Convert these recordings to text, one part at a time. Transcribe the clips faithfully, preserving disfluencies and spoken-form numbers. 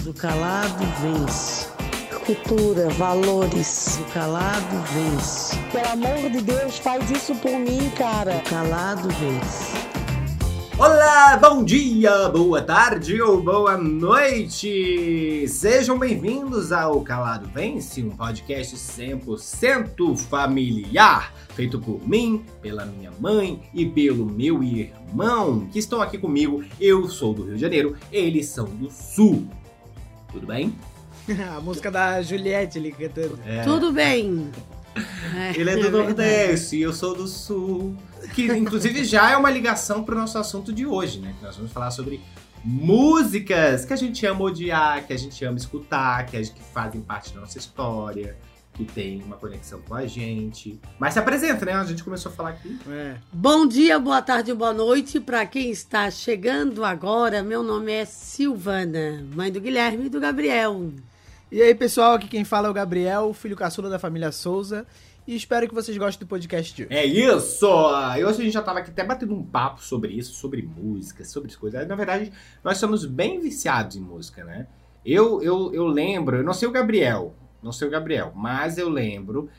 O calado vence. Cultura, valores. O calado vence. Pelo amor de Deus, faz isso por mim, cara. O calado vence. Olá, bom dia, boa tarde ou boa noite! Sejam bem-vindos ao Calado Vence, um podcast cem por cento familiar, feito por mim, pela minha mãe e pelo meu irmão, que estão aqui comigo. Eu sou do Rio de Janeiro, eles são do Sul. Tudo bem? A música da Juliette ali cantando. É. Tudo bem. É, Ele é do é Nordeste e eu sou do Sul. Que inclusive já é uma ligação para o nosso assunto de hoje, né? Que nós vamos falar sobre músicas que a gente ama odiar, que a gente ama escutar, que, a gente, que fazem parte da nossa história, que tem uma conexão com a gente. Mas se apresenta, né? A gente começou a falar aqui. É. Bom dia, boa tarde, boa noite. Para quem está chegando agora, meu nome é Silvana, mãe do Guilherme e do Gabriel. E aí, pessoal, aqui quem fala é o Gabriel, filho caçula da família Souza. E espero que vocês gostem do podcast de hoje. É isso! E hoje a gente já tava aqui até batendo um papo sobre isso, sobre música, sobre as coisas. Na verdade, nós somos bem viciados em música, né? Eu, eu, eu lembro, eu não sei o Gabriel, não sei o Gabriel, mas eu lembro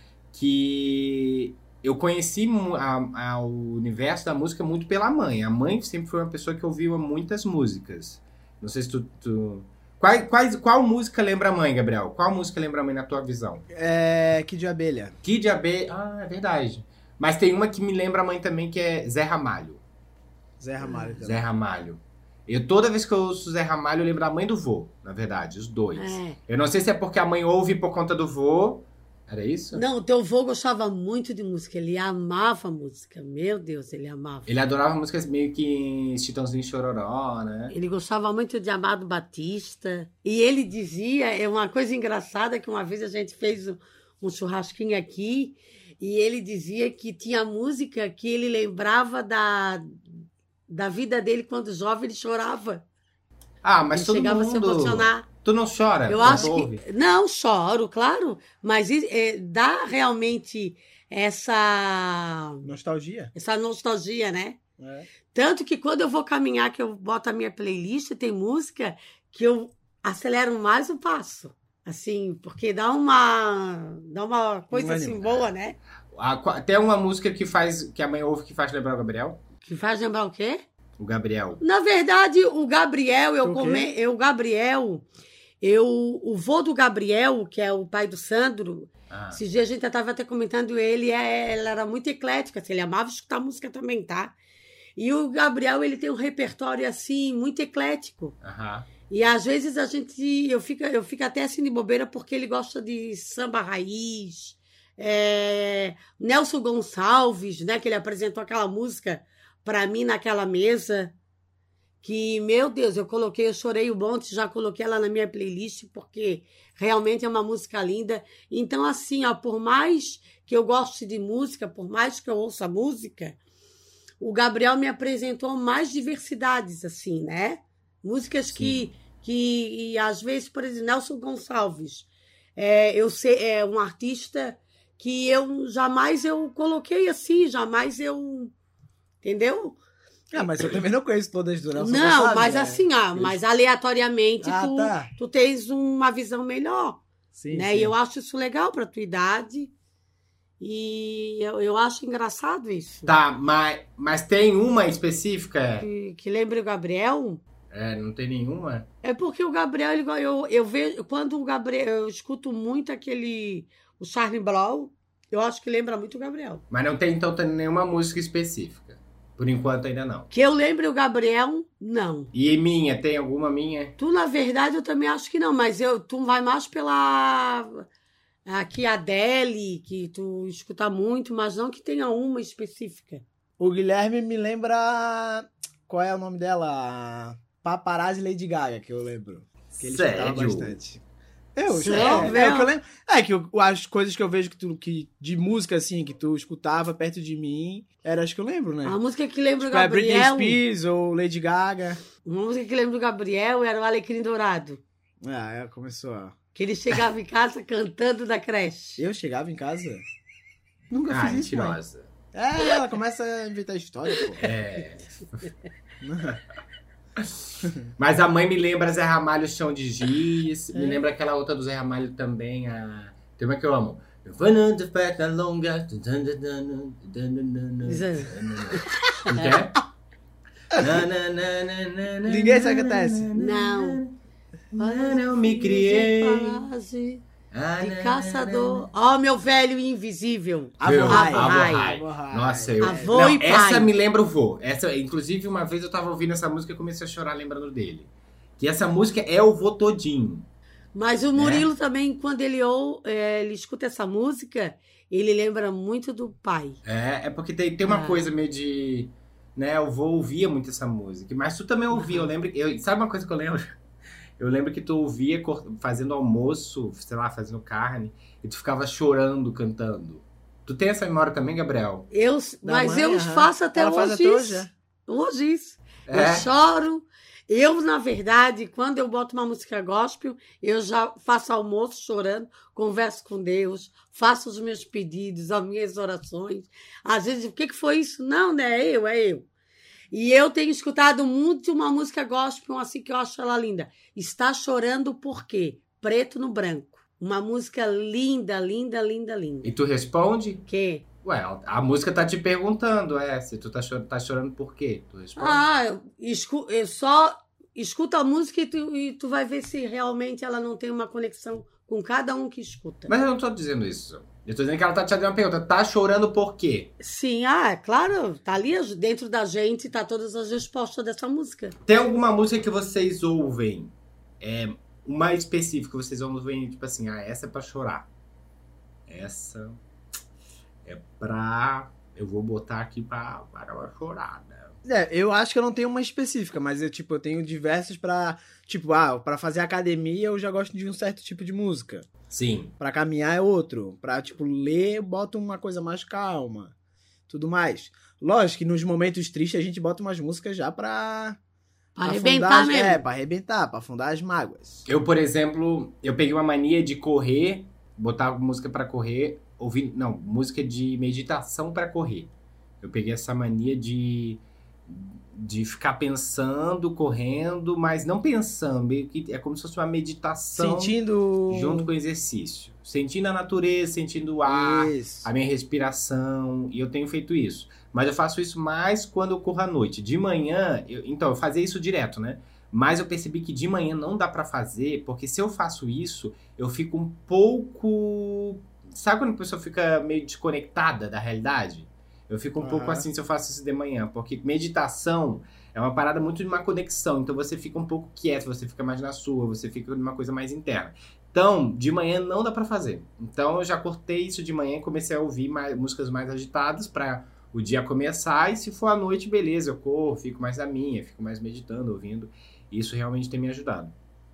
que eu conheci a, a, o universo da música muito pela mãe. A mãe sempre foi uma pessoa que ouvia muitas músicas. Não sei se tu... tu... Qual, qual, qual música lembra a mãe, Gabriel? Qual música lembra a mãe na tua visão? É... Kid de Abelha. Kid de Abelha... Ah, é verdade. Mas tem uma que me lembra a mãe também, que é Zé Ramalho. Zé Ramalho também. Zé Ramalho. Eu, toda vez que eu ouço Zé Ramalho, eu lembro da mãe do vô, na verdade, os dois. É. Eu não sei se é porque a mãe ouve por conta do vô. Era isso? Não, o teu avô gostava muito de música, ele amava música, meu Deus, ele amava. Ele adorava músicas meio que Chitãozinho e Chororó, né? Ele gostava muito de Amado Batista. E ele dizia, é uma coisa engraçada, que uma vez a gente fez um, um churrasquinho aqui, e ele dizia que tinha música que ele lembrava da, da vida dele quando jovem, ele chorava. Ah, mas ele todo chegava mundo... a se emocionar. Tu não chora? Eu quando acho ouve? que... Não, choro, claro, mas é, dá realmente essa... Nostalgia. Essa nostalgia, né? É. Tanto que quando eu vou caminhar, que eu boto a minha playlist, tem música que eu acelero mais o passo. Assim, porque dá uma, dá uma coisa assim boa, né? Ah, tem uma música que faz que a mãe ouve que faz lembrar o Gabriel? Que faz lembrar o quê? O Gabriel. Na verdade, o Gabriel, eu O quê? come, eu Gabriel, eu o vô do Gabriel, que é o pai do Sandro, Ah. esses dias a gente estava até comentando, ele, é, ele era muito eclético, assim, ele amava escutar música também, tá? E o Gabriel, ele tem um repertório, assim, muito eclético. Aham. E às vezes a gente, eu fico, eu fico até assim de bobeira, porque ele gosta de samba raiz, é, Nelson Gonçalves, né, que ele apresentou aquela música para mim naquela mesa, que, meu Deus, eu coloquei, eu chorei um monte, já coloquei ela na minha playlist, porque realmente é uma música linda. Então, assim, ó, por mais que eu goste de música, por mais que eu ouça música, o Gabriel me apresentou mais diversidades, assim, né? Músicas que, que, e às vezes, por exemplo, Nelson Gonçalves, é, eu sei, é um artista que eu jamais eu coloquei assim, jamais eu... Entendeu? Ah, mas eu também não conheço todas do Nelson Não, Gonçalves, mas né? assim, ah, mas aleatoriamente Ah, tu, tá. tu tens uma visão melhor, Sim, né? sim. E eu acho isso legal pra tua idade. E eu, eu acho engraçado isso. Tá, mas, mas tem uma específica? Que, que lembre o Gabriel. É, não tem nenhuma? É porque o Gabriel, ele, eu, eu vejo, quando o Gabriel, eu escuto muito aquele, o Charlie Brown, eu acho que lembra muito o Gabriel. Mas não tem, então, tem nenhuma música específica. Por enquanto, ainda não. Que eu lembre o Gabriel, não. E minha? Tem alguma minha? Tu, na verdade, eu também acho que não, mas eu, tu vai mais pela... Aqui a Adele, que tu escuta muito, mas não que tenha uma específica. O Guilherme me lembra... Qual é o nome dela? Paparazzi Lady Gaga, que eu lembro. Que ele escutava Sério? bastante. Eu, Sério? é, é, o que eu lembro. É que eu- as coisas que eu vejo que tu, que, de música, assim, que tu escutava perto de mim, era as que eu lembro, né? A música que lembra o Tipo, é Britney Gabriel... Spears ou Lady Gaga. Uma música que lembra o Gabriel era o Alecrim Dourado. Ah, ela começou a... Que ele chegava em casa cantando da creche. Eu chegava em casa... Nunca Ah, fiz isso, mãe. mentirosa. É, ela começa a inventar história, pô. É. Mas a mãe me lembra Zé Ramalho, Chão de Giz. Me lembra aquela outra do Zé Ramalho também. A... Tem uma que eu amo. Vanando perna longa. Não quer? Ninguém sabe o que acontece. Não. Eu me criei. De caçador. Ó, oh, meu velho invisível. Avô Rai. Avô Rai. Nossa, eu... Avô Não, e pai. essa me lembra o vô. Essa, inclusive, uma vez eu tava ouvindo essa música e comecei a chorar lembrando dele. Que essa música é o vô todinho. Mas o Murilo é. também, quando ele, ou, é, ele escuta essa música, ele lembra muito do pai. É, é porque tem, tem uma ah. coisa meio de... Né, eu vou ouvia muito essa música. Mas tu também ouvia, uhum. eu lembro... Eu, sabe uma coisa que eu lembro? Eu lembro que tu ouvia fazendo almoço, sei lá, fazendo carne, e tu ficava chorando, cantando. Tu tem essa memória também, Gabriel? Eu, mas mãe, eu uhum. faço até Ela hoje faz até isso. Hoje, hoje isso. É. Eu choro. Eu, na verdade, quando eu boto uma música gospel, eu já faço almoço chorando, converso com Deus, faço os meus pedidos, as minhas orações. Às vezes, o que, que foi isso? Não, não é eu, é eu. E eu tenho escutado muito uma música gospel, assim, que eu acho ela linda. Está chorando por quê? Preto no branco. Uma música linda, linda, linda, linda. E tu responde? Que? Ué, a música tá te perguntando, é, se tu tá chorando, tá chorando por quê? Tu responde? Ah, eu, escu eu só escuto a música e tu, e tu vai ver se realmente ela não tem uma conexão com cada um que escuta. Mas eu não tô dizendo isso. Eu tô dizendo que ela tá te fazendo uma pergunta. Tá chorando por quê? Sim, ah, é claro. Tá ali dentro da gente, tá todas as respostas dessa música. Tem alguma música que vocês ouvem, é, uma específica, vocês ouvem, tipo assim, ah, essa é pra chorar. Essa é pra... Eu vou botar aqui pra, para uma chorada. É, eu acho que eu não tenho uma específica, mas eu, tipo, eu tenho diversas pra... Tipo, ah, pra fazer academia eu já gosto de um certo tipo de música. Sim. Pra caminhar é outro. Pra, tipo, ler, eu boto uma coisa mais calma. Tudo mais. Lógico que nos momentos tristes a gente bota umas músicas já pra... Pra arrebentar mesmo. É, pra arrebentar, pra afundar as mágoas. Eu, por exemplo, eu peguei uma mania de correr, botar música pra correr, ouvir... Não, música de meditação pra correr. Eu peguei essa mania de... de ficar pensando, correndo, mas não pensando, meio que é como se fosse uma meditação. Sentindo... Junto com o exercício. Sentindo a natureza, sentindo o ar, isso. A minha respiração, e eu tenho feito isso. Mas eu faço isso mais quando eu corro à noite. De manhã, eu, então, eu fazia isso direto, né? Mas eu percebi que de manhã não dá pra fazer, porque se eu faço isso, eu fico um pouco... Sabe quando a pessoa fica meio desconectada da realidade? Eu fico um uhum. pouco assim se eu faço isso de manhã, porque meditação é uma parada muito de uma conexão, então você fica um pouco quieto, você fica mais na sua, você fica numa coisa mais interna. Então, de manhã não dá pra fazer. Então, eu já cortei isso de manhã e comecei a ouvir mais, músicas mais agitadas pra o dia começar, e se for à noite, beleza, eu corro, fico mais na minha, fico mais meditando, ouvindo. Isso realmente tem me ajudado.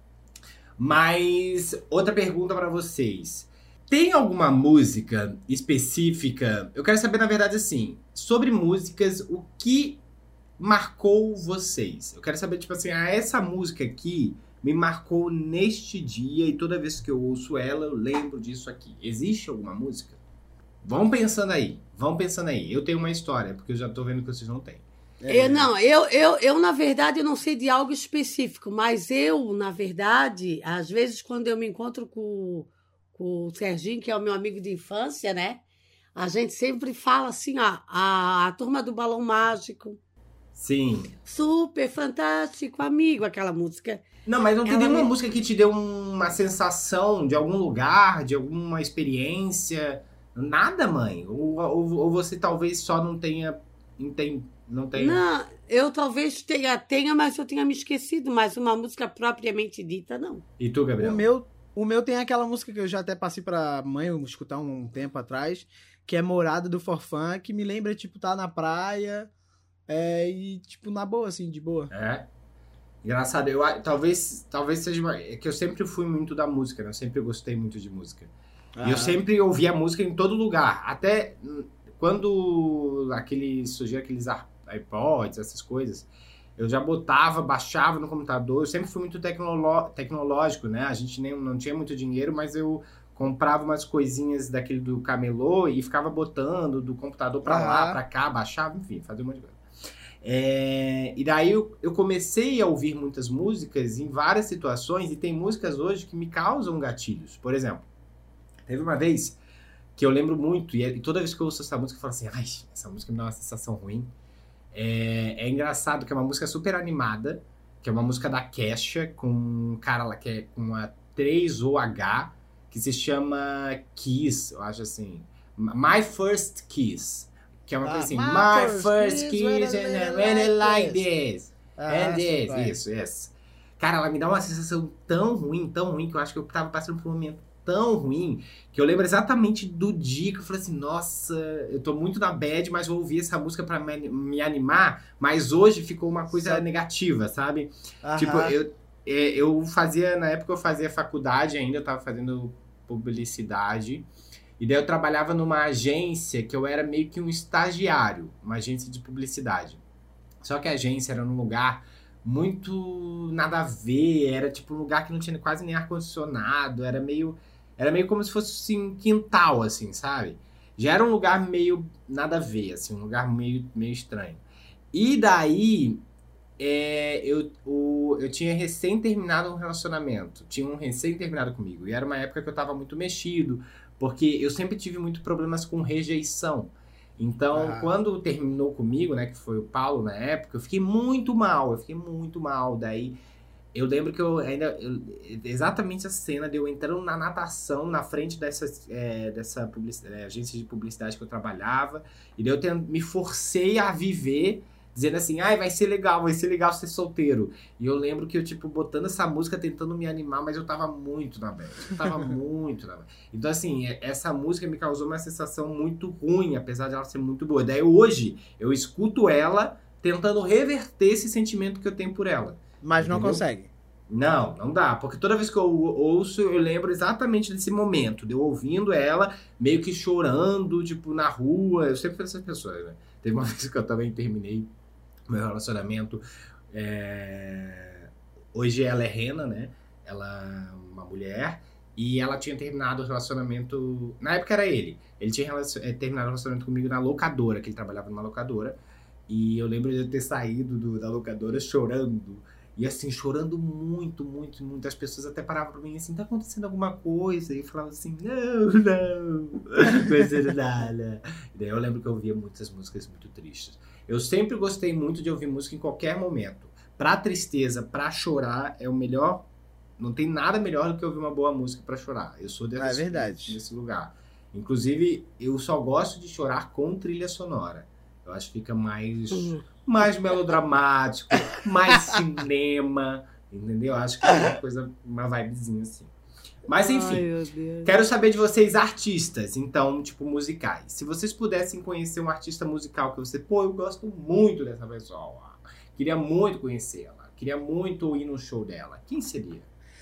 Mas, outra pergunta pra vocês. Tem alguma música específica? Eu quero saber, na verdade, assim, sobre músicas, o que marcou vocês? Eu quero saber, tipo assim, ah, essa música aqui me marcou neste dia e toda vez que eu ouço ela, eu lembro disso aqui. Existe alguma música? Vão pensando aí, vão pensando aí. Eu tenho uma história, porque eu já tô vendo que vocês não têm. É. Eu, não, eu, eu, eu, na verdade, eu não sei de algo específico, mas eu, na verdade, às vezes, quando eu me encontro com... com o Serginho, que é o meu amigo de infância, né? A gente sempre fala assim, ó, a, a Turma do Balão Mágico. Sim. Super fantástico, amigo, aquela música. Não, mas não tem nenhuma me... música que te deu uma sensação de algum lugar, de alguma experiência? Nada, mãe? Ou, ou, ou você talvez só não tenha... Entende, não tenha... Não, eu talvez tenha, tenha, mas eu tenha me esquecido, mas uma música propriamente dita, não. E tu, Gabriel? O meu... O meu tem aquela música que eu já até passei pra mãe escutar um tempo atrás, que é Morada do Forfã, que me lembra, tipo, tá na praia é, e, tipo, na boa, assim, de boa. É. Engraçado. Eu, talvez, talvez seja... Uma, é que eu sempre fui muito da música, né? Eu sempre gostei muito de música. Ah. E eu sempre ouvia música em todo lugar. Até quando aqueles, surgiam aqueles iPods, essas coisas... Eu já botava, baixava no computador. Eu sempre fui muito tecnolo- tecnológico, né? A gente nem, não tinha muito dinheiro, mas eu comprava umas coisinhas daquele do camelô e ficava botando do computador pra ah. lá, pra cá, baixava, enfim, fazia um monte de coisa. É, e daí eu, eu comecei a ouvir muitas músicas em várias situações, e tem músicas hoje que me causam gatilhos. Por exemplo, teve uma vez que eu lembro muito, e toda vez que eu ouço essa música eu falo assim, ai, essa música me dá uma sensação ruim. É, é engraçado que é uma música super animada, que é uma música da Kesha, com um cara lá que é com a três O H, que se chama Kiss, eu acho assim. My First Kiss. Que é uma coisa assim, My, my First Kiss and when I like this. And this. Vai. Isso, isso. Cara, ela me dá uma sensação tão ruim, tão ruim, que eu acho que eu tava passando por um momento tão ruim, que eu lembro exatamente do dia que eu falei assim, nossa, eu tô muito na bad, mas vou ouvir essa música pra me, me animar, mas hoje ficou uma coisa sabe? negativa, sabe? Aham. Tipo, eu, eu fazia, na época eu fazia faculdade ainda, eu tava fazendo publicidade, e daí eu trabalhava numa agência que eu era meio que um estagiário, uma agência de publicidade. Só que a agência era num lugar muito nada a ver, era tipo um lugar que não tinha quase nem ar-condicionado, era meio, era meio como se fosse assim, um quintal, assim, sabe? Já era um lugar meio nada a ver, assim, um lugar meio, meio estranho. E daí, é, eu, o, eu tinha recém terminado um relacionamento, tinha um recém terminado comigo, e era uma época que eu tava muito mexido, porque eu sempre tive muito problemas com rejeição. Então, ah. quando terminou comigo, né, que foi o Paulo na época, eu fiquei muito mal, eu fiquei muito mal. Daí, eu lembro que eu ainda, eu, exatamente a cena de eu entrando na natação, na frente dessa, é, dessa é, agência de publicidade que eu trabalhava, e daí eu tendo, me forcei a viver, dizendo assim, ai, vai ser legal, vai ser legal ser solteiro. E eu lembro que eu, tipo, botando essa música, tentando me animar, mas eu tava muito na bad. Eu tava muito na bad. Então, assim, essa música me causou uma sensação muito ruim, apesar de ela ser muito boa. Daí, hoje, eu escuto ela, tentando reverter esse sentimento que eu tenho por ela. Mas entendeu? Não consegue. Não, não dá. Porque toda vez que eu ouço, eu lembro exatamente desse momento, de eu ouvindo ela, meio que chorando, tipo, na rua. Eu sempre fui essas pessoas, né? Teve uma vez que eu também terminei meu relacionamento, é... hoje ela é Rena, né, ela é uma mulher, e ela tinha terminado o relacionamento, na época era ele, ele tinha relacion... terminado o relacionamento comigo na locadora, que ele trabalhava numa locadora, e eu lembro de eu ter saído do, da locadora chorando, e assim, chorando muito, muito, muito, as pessoas até paravam pra mim assim, tá acontecendo alguma coisa, e eu falava assim, não, não, não acontecendo nada. E daí eu lembro que eu ouvia muitas músicas muito tristes. Eu sempre gostei muito de ouvir música em qualquer momento. Pra tristeza, pra chorar, é o melhor, não tem nada melhor do que ouvir uma boa música pra chorar. Eu sou desse, é verdade. desse lugar. Inclusive, eu só gosto de chorar com trilha sonora. Eu acho que fica mais... Uhum. mais melodramático, mais cinema, entendeu? Acho que é uma coisa, uma vibezinha assim. Mas enfim, ai, quero saber de vocês artistas, então, tipo, musicais. Se vocês pudessem conhecer um artista musical que você, pô, eu gosto muito dessa pessoa, queria muito conhecê-la, queria muito ir no show dela, quem seria?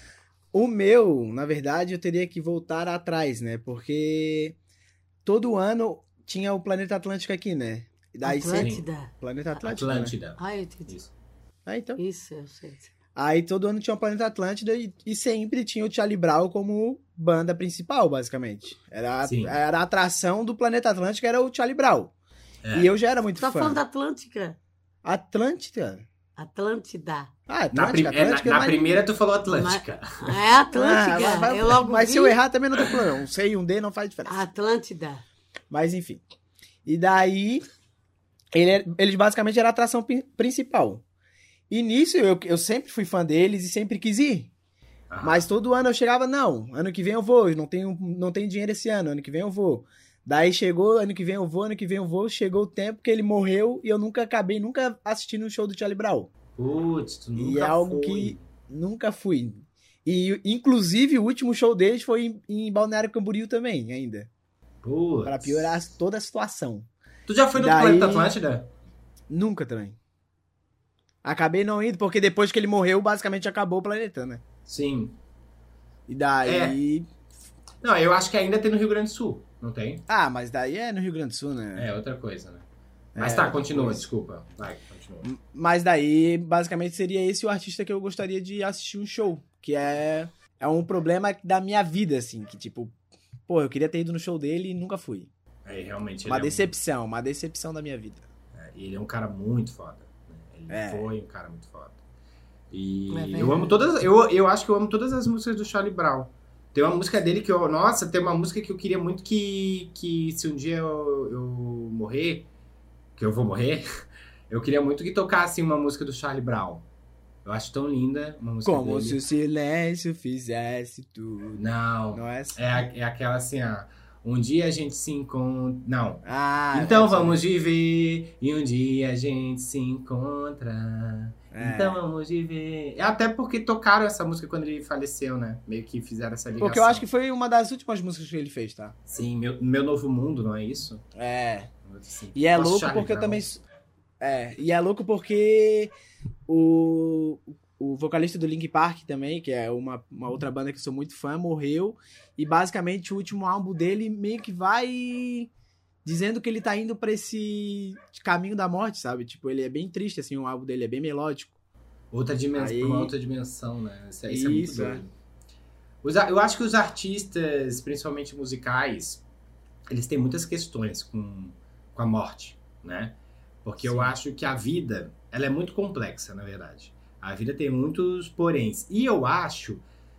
O meu, na verdade, eu teria que voltar atrás, né? Porque todo ano tinha o Planeta Atlântico aqui, né? Daí Atlântida. Sempre... Planeta Atlântida. Atlântida. Né? Ah, eu entendi. Isso. Ah, então. Isso, eu sei. Aí todo ano tinha o Planeta Atlântida e, e sempre tinha o Charlie Brown como banda principal, basicamente. Era, era a atração do Planeta Atlântico, era o Charlie Brown. É. E eu já era muito tá fã. Tá falando da Atlântica? Atlântida? Atlântida. Ah, Atlântica, na, prim Atlântica, é, na, mas... na primeira tu falou Atlântica. Mas, é Atlântica. Ah, mas, eu logo mas vi... se eu errar também não tem problema. Um C e um D não faz diferença. Atlântida. Mas enfim. E daí... Ele, eles basicamente eram a atração principal. E nisso eu, eu sempre fui fã deles e sempre quis ir. Ah. Mas todo ano eu chegava, não, ano que vem eu vou, não tenho, não tenho dinheiro esse ano, ano que vem eu vou. Daí chegou, ano que vem eu vou, ano que vem eu vou, chegou o tempo que ele morreu e eu nunca acabei, nunca assistindo um show do Charlie Brown. Putz, tu nunca E é algo foi. que nunca fui. E inclusive o último show deles foi em, em Balneário Camboriú também, ainda. Putz. Pra piorar toda a situação. Tu já foi no Daí... Planeta Atlântida? Nunca também. Acabei não indo, porque depois que ele morreu, basicamente acabou o planeta, né? Sim. E daí... É. Não, eu acho que ainda tem no Rio Grande do Sul, não tem? Ah, mas daí é no Rio Grande do Sul, né? É, outra coisa, né? Mas é, tá, continua, coisa. desculpa. Vai, continua. Mas daí, basicamente, seria esse o artista que eu gostaria de assistir um show. Que é, é um problema da minha vida, assim. Que tipo, pô, eu queria ter ido no show dele e nunca fui. É, realmente. Uma ele decepção, é um... uma decepção da minha vida. É, ele é um cara muito foda. Ele É. foi um cara muito foda. E É verdade. eu amo todas, eu, eu acho que eu amo todas as músicas do Charlie Brown. Tem uma música dele que eu, nossa, tem uma música que eu queria muito que, que se um dia eu, eu morrer, que eu vou morrer, eu queria muito que tocasse uma música do Charlie Brown. Eu acho tão linda uma música Como dele. se o silêncio fizesse tudo. Não, Não é assim? é, a- é aquela assim, ah, um dia a gente se encontra... Não. Ah, Então essa vamos viver e um dia a gente se encontra. É. Então vamos viver. Até porque tocaram essa música quando ele faleceu, né? Meio que fizeram essa ligação. Porque eu acho que foi uma das últimas músicas que ele fez, tá? Sim, meu, meu Novo Mundo, não é isso? É. Assim, E é nossa, louco Charlie porque eu Brown. também. É, e é louco porque o, o vocalista do Linkin Park também, que é uma, uma outra banda que eu sou muito fã, morreu. E basicamente o último álbum dele meio que vai dizendo que ele tá indo pra esse caminho da morte, sabe? Tipo, ele é bem triste, assim, o álbum dele é bem melódico. Outra dimensão, Aí- uma outra dimensão, né? Isso, é- isso é muito Isso, é. doido. Os a- Eu acho que os artistas, principalmente musicais, eles têm muitas questões com, com a morte, né? Porque eu Sim. acho que a vida, ela é muito complexa, na verdade. A vida tem muitos poréns. E eu acho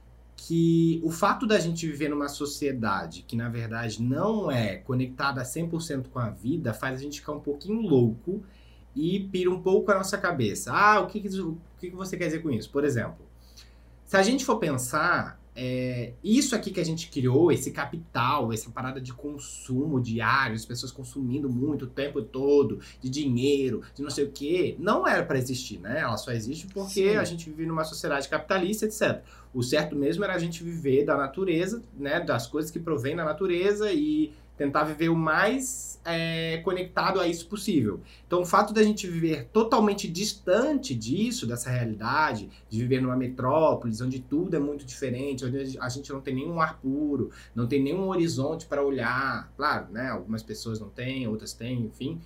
que o fato da gente viver numa sociedade que, na verdade, não é conectada cem por cento com a vida, faz a gente ficar um pouquinho louco e pira um pouco a nossa cabeça. Ah, o que, que, o que que você quer dizer com isso? Por exemplo, se a gente for pensar, é, isso aqui que a gente criou, esse capital, essa parada de consumo diário, as pessoas consumindo muito o tempo todo, de dinheiro, de não sei o quê, não era para existir, né? Ela só existe porque Sim. a gente vive numa sociedade capitalista, etcétera. O certo mesmo era a gente viver da natureza, né? Das coisas que provém da natureza e tentar viver o mais é, conectado a isso possível. Então, o fato da gente viver totalmente distante disso, dessa realidade, de viver numa metrópole, onde tudo é muito diferente, onde a gente não tem nenhum ar puro, não tem nenhum horizonte para olhar, claro, né? Algumas pessoas não têm, outras têm, enfim,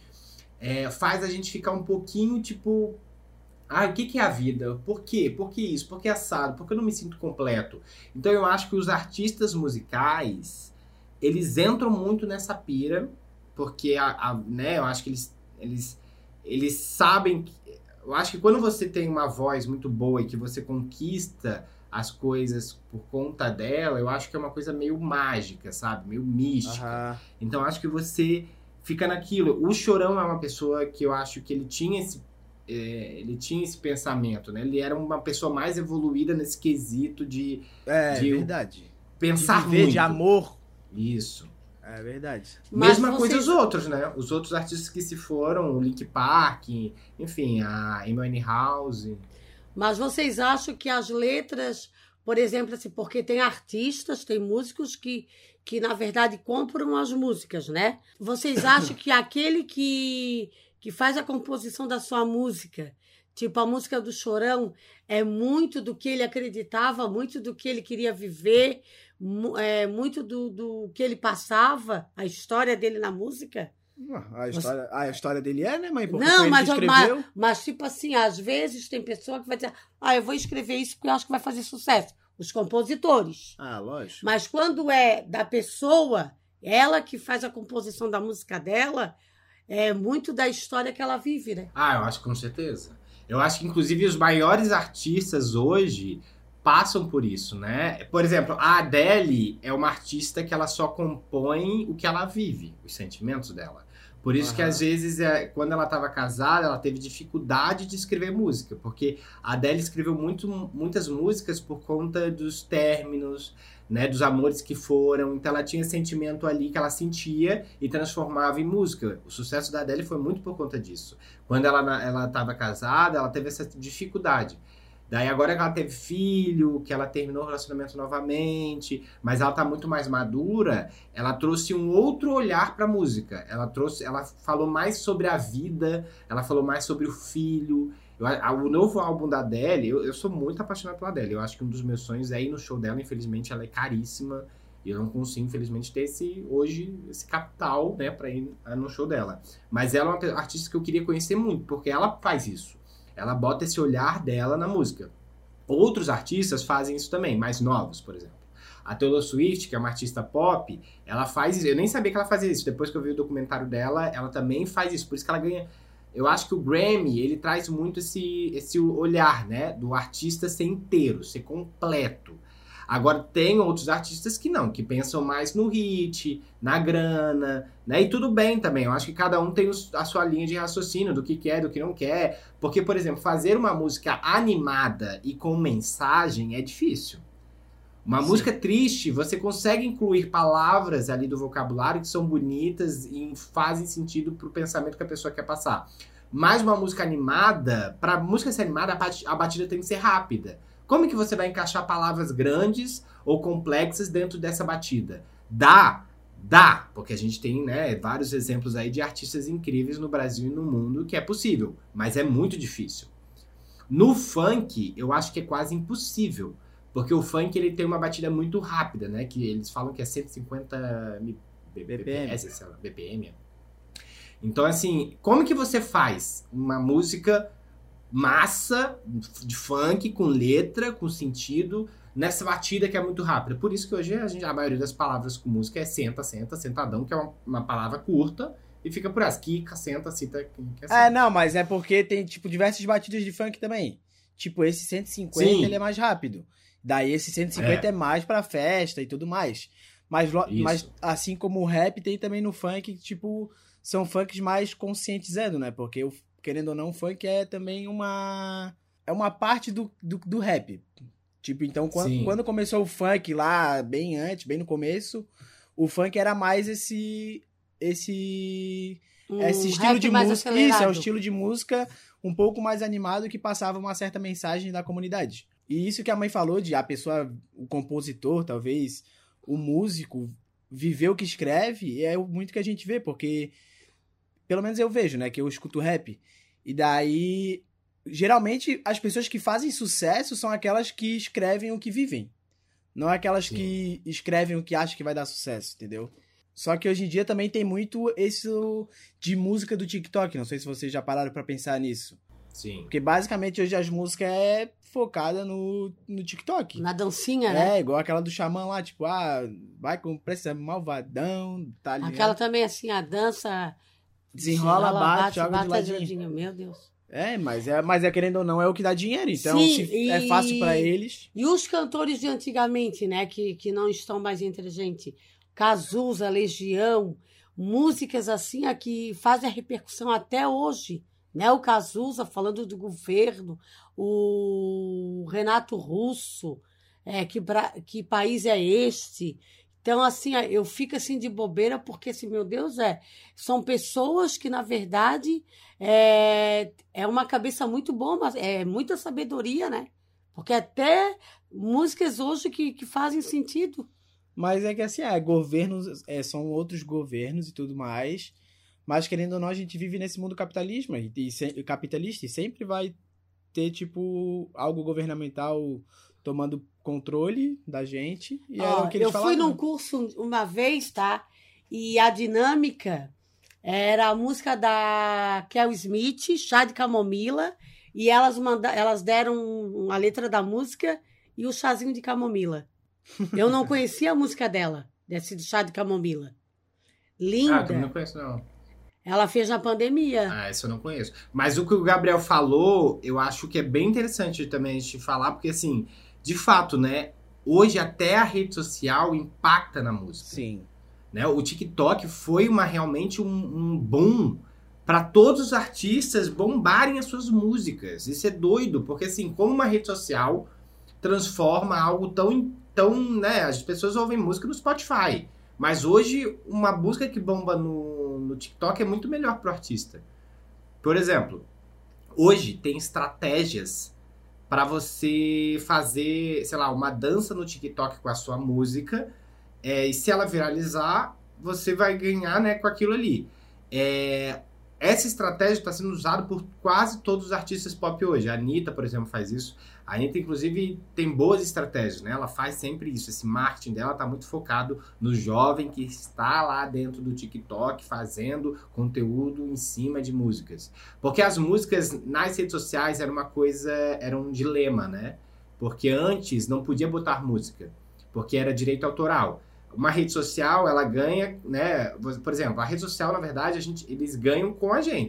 é, faz a gente ficar um pouquinho, tipo... Ah, o que, que é a vida? Por quê? Por que isso? Por que assado? Por que eu não me sinto completo? Então, eu acho que os artistas musicais... eles entram muito nessa pira, porque a, a, né, eu acho que eles, eles, eles sabem... Que, eu acho que quando você tem uma voz muito boa e que você conquista as coisas por conta dela, eu acho que é uma coisa meio mágica, sabe? Meio mística. Aham. Então, eu acho que você fica naquilo. O Chorão é uma pessoa que eu acho que ele tinha esse, é, ele tinha esse pensamento, né? Ele era uma pessoa mais evoluída nesse quesito de É, De- verdade. pensar de viver muito. de amor. Isso. É verdade. Mas Mesma vocês- coisa os outros, né? Os outros artistas que se foram, o Linkin Park, enfim, a Amy Winehouse. Mas vocês acham que as letras, por exemplo, assim, porque tem artistas, tem músicos que, que na verdade, compram as músicas, né? Vocês acham que aquele que, que faz a composição da sua música, tipo a música do Chorão, é muito do que ele acreditava, muito do que ele queria viver, mu- é, muito do, do que ele passava, a história dele na música? Ah, A história, a história dele é, né, mãe? Porque Não, foi ele mas, que mas, escreveu. mas, tipo assim, às vezes tem pessoa que vai dizer, ah, eu vou escrever isso porque eu acho que vai fazer sucesso. Os compositores. Ah, lógico. Mas quando é da pessoa, ela que faz a composição da música dela, é muito da história que ela vive, né? Ah, eu acho que com certeza. Eu acho que, inclusive, os maiores artistas hoje passam por isso, né? Por exemplo, a Adele é uma artista que ela só compõe o que ela vive, os sentimentos dela. Por isso que, Aham. às vezes, é, quando ela estava casada, ela teve dificuldade de escrever música, porque a Adele escreveu muito, muitas músicas por conta dos términos, né, dos amores que foram. Então, ela tinha sentimento ali que ela sentia e transformava em música. O sucesso da Adele foi muito por conta disso. Quando ela ela estava casada, ela teve essa dificuldade. Daí agora que ela teve filho, que ela terminou o relacionamento novamente, mas ela tá muito mais madura, ela trouxe um outro olhar pra música. Ela trouxe, ela falou mais sobre a vida, ela falou mais sobre o filho. Eu, a, o novo álbum da Adele, eu, eu sou muito apaixonado pela Adele. Eu acho que um dos meus sonhos é ir no show dela. Infelizmente, ela é caríssima. E eu não consigo, infelizmente, ter esse, hoje, esse capital, né, pra ir no show dela. Mas ela é uma artista que eu queria conhecer muito, porque ela faz isso. Ela bota esse olhar dela na música. Outros artistas fazem isso também, mais novos, por exemplo. A Taylor Swift, que é uma artista pop, ela faz isso. Eu nem sabia que ela fazia isso. Depois que eu vi o documentário dela, ela também faz isso. Por isso que ela ganha eu acho que o Grammy, ele traz muito esse, esse olhar, né? Do artista ser inteiro, ser completo. Agora, tem outros artistas que não, que pensam mais no hit, na grana, né? E tudo bem também. Eu acho que cada um tem a sua linha de raciocínio do que quer, do que não quer. Porque, por exemplo, fazer uma música animada e com mensagem é difícil. Uma Sim. música triste, você consegue incluir palavras ali do vocabulário que são bonitas e fazem sentido pro pensamento que a pessoa quer passar. Mas uma música animada, pra música ser animada, a batida tem que ser rápida. Como que você vai encaixar palavras grandes ou complexas dentro dessa batida? Dá, dá, porque a gente tem, né, vários exemplos aí de artistas incríveis no Brasil e no mundo que é possível, mas é muito difícil. No funk, eu acho que é quase impossível, porque o funk ele tem uma batida muito rápida, né, que eles falam que é cento e cinquenta B P M, B P M. Então, assim, como que você faz uma música massa de funk, com letra, com sentido, nessa batida que é muito rápida? Por isso que hoje a, gente, a maioria das palavras com música é senta, senta, sentadão, que é uma, uma palavra curta, e fica por essa, quica, senta, cita, quica, senta. É, não, mas é porque tem, tipo, diversas batidas de funk também. Tipo, esse cento e cinquenta, Sim. ele é mais rápido. Daí esse cento e cinquenta é, é mais pra festa e tudo mais. Mas, mas assim como o rap, tem também no funk, tipo, são funks mais conscientizando, né? Porque, o, querendo ou não, o funk é também uma... É uma parte do, do, do rap. Tipo, então, quando, quando começou o funk lá, bem antes, bem no começo, o funk era mais esse... Esse... Um esse estilo de música. Isso, é o estilo de música um pouco mais animado que passava uma certa mensagem da comunidade. E isso que a mãe falou de a pessoa, o compositor, talvez, o músico, viver o que escreve, é muito que a gente vê, porque, pelo menos eu vejo, né, que eu escuto rap, e daí, geralmente, as pessoas que fazem sucesso são aquelas que escrevem o que vivem, não aquelas Sim. que escrevem o que acham que vai dar sucesso, entendeu? Só que hoje em dia também tem muito isso de música do TikTok, não sei se vocês já pararam pra pensar nisso. Sim. Porque basicamente hoje as músicas é focada no, no TikTok. Na dancinha, né? É, igual aquela do Xamã lá, tipo, ah, vai com preço malvadão, tá ligado? Aquela também, assim, a dança... Desenrola, bate, bate, joga bate de ladinho. ladinho. Meu Deus. É, mas é, mas é querendo ou não, é o que dá dinheiro. Então, Sim, se e... é fácil pra eles... E os cantores de antigamente, né, que, que não estão mais entre a gente... Cazuza, Legião, músicas assim a que fazem a repercussão até hoje, né? O Cazuza falando do governo, o Renato Russo, é, que, que país é este? Então, assim, eu fico assim de bobeira porque, assim, meu Deus, é, são pessoas que, na verdade, é, é uma cabeça muito boa, mas é muita sabedoria, né? Porque até músicas hoje que, que fazem sentido. Mas é que assim, é, governos, é, são outros governos e tudo mais, mas querendo ou não, a gente vive nesse mundo capitalismo, e, e, capitalista e sempre vai ter, tipo, algo governamental tomando controle da gente, e oh, era o que eles eu falavam. Eu fui num curso uma vez, tá? E a dinâmica era a música da Kel Smith, Chá de Camomila, e elas, manda, elas deram a letra da música e o chazinho de camomila. Eu não conhecia a música dela, desse chá de camomila. Linda. Ah, também não conheço, não. Ela fez na pandemia. Ah, essa eu não conheço. Mas o que o Gabriel falou, eu acho que é bem interessante também a gente falar, porque assim, de fato, né, hoje até a rede social impacta na música. Sim. Né? O TikTok foi uma, realmente um, um boom para todos os artistas bombarem as suas músicas. Isso é doido, porque assim, como uma rede social transforma algo tão... Então, né, as pessoas ouvem música no Spotify. Mas hoje, uma música que bomba no, no TikTok é muito melhor pro artista. Por exemplo, hoje tem estratégias para você fazer, sei lá, uma dança no TikTok com a sua música. É, e se ela viralizar, você vai ganhar, né, com aquilo ali. É, essa estratégia está sendo usada por quase todos os artistas pop hoje. A Anitta, por exemplo, faz isso. A Anitta, inclusive, tem boas estratégias, né? Ela faz sempre isso. Esse marketing dela está muito focado no jovem que está lá dentro do TikTok fazendo conteúdo em cima de músicas. Porque as músicas nas redes sociais era uma coisa, era um dilema, né? Porque antes não podia botar música, porque era direito autoral. Uma rede social, ela ganha, né? Por exemplo, a rede social, na verdade, a gente, eles ganham com a gente.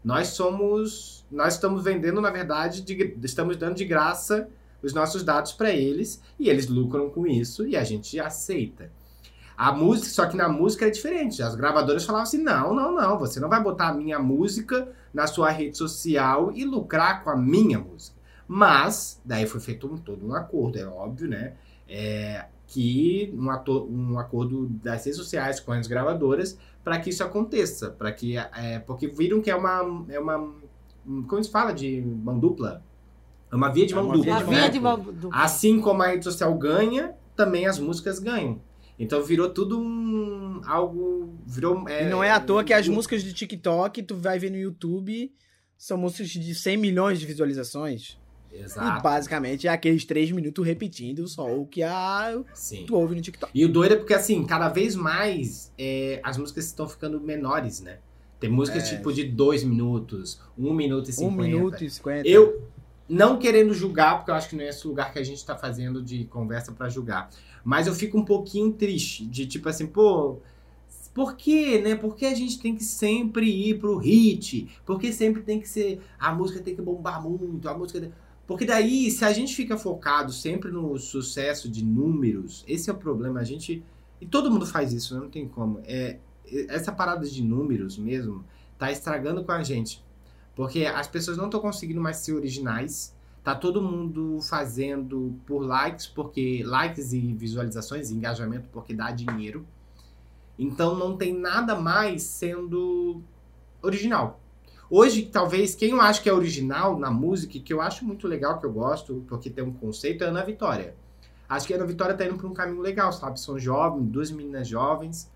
Nós somos... Nós estamos vendendo, na verdade, de, estamos dando de graça os nossos dados para eles, e eles lucram com isso, e a gente aceita. A música, só que na música é diferente. As gravadoras falavam assim, não, não, não, você não vai botar a minha música na sua rede social e lucrar com a minha música. Mas, daí foi feito um, todo um acordo, é óbvio, né? É, que um, ator, um acordo das redes sociais com as gravadoras para que isso aconteça, para que, é, porque viram que é uma, é uma, como se fala de mão dupla? É uma via de mão É uma dupla. via de né? Via de mão dupla. Assim como a rede social ganha, também as músicas ganham. Então virou tudo um algo, virou E não é à toa que as um- músicas de TikTok, tu vai ver no YouTube, são músicas de cem milhões de visualizações. E Exato. basicamente é aqueles três minutos repetindo só o que a... Sim. tu ouve no TikTok. E o doido é porque, assim, cada vez mais é, as músicas estão ficando menores, né? Tem músicas É. tipo de dois minutos, um minuto e Um cinquenta. minuto e cinquenta. Eu, não querendo julgar, porque eu acho que não é esse lugar que a gente tá fazendo de conversa pra julgar, mas eu fico um pouquinho triste, de tipo assim, pô, por que, né? Por que a gente tem que sempre ir pro hit? Por que sempre tem que ser, a música tem que bombar muito, a música... Porque daí, se a gente fica focado sempre no sucesso de números, esse é o problema, a gente... E todo mundo faz isso, né? Não tem como. É, essa parada de números mesmo tá estragando com a gente. Porque as pessoas não estão conseguindo mais ser originais. Tá todo mundo fazendo por likes, porque likes e visualizações, e engajamento, porque dá dinheiro. Então não tem nada mais sendo original. Hoje, talvez, quem eu acho que é original na música, que eu acho muito legal, que eu gosto, porque tem um conceito, é a Ana Vitória. Acho que a Ana Vitória tá indo por um caminho legal, sabe? São jovens, duas meninas jovens,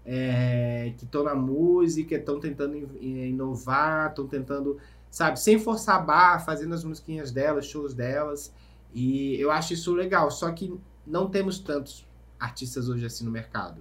é, que estão na música, estão tentando in- inovar, estão tentando, sabe, sem forçar a barra, fazendo as musiquinhas delas, shows delas. E eu acho isso legal, só que não temos tantos artistas hoje assim no mercado.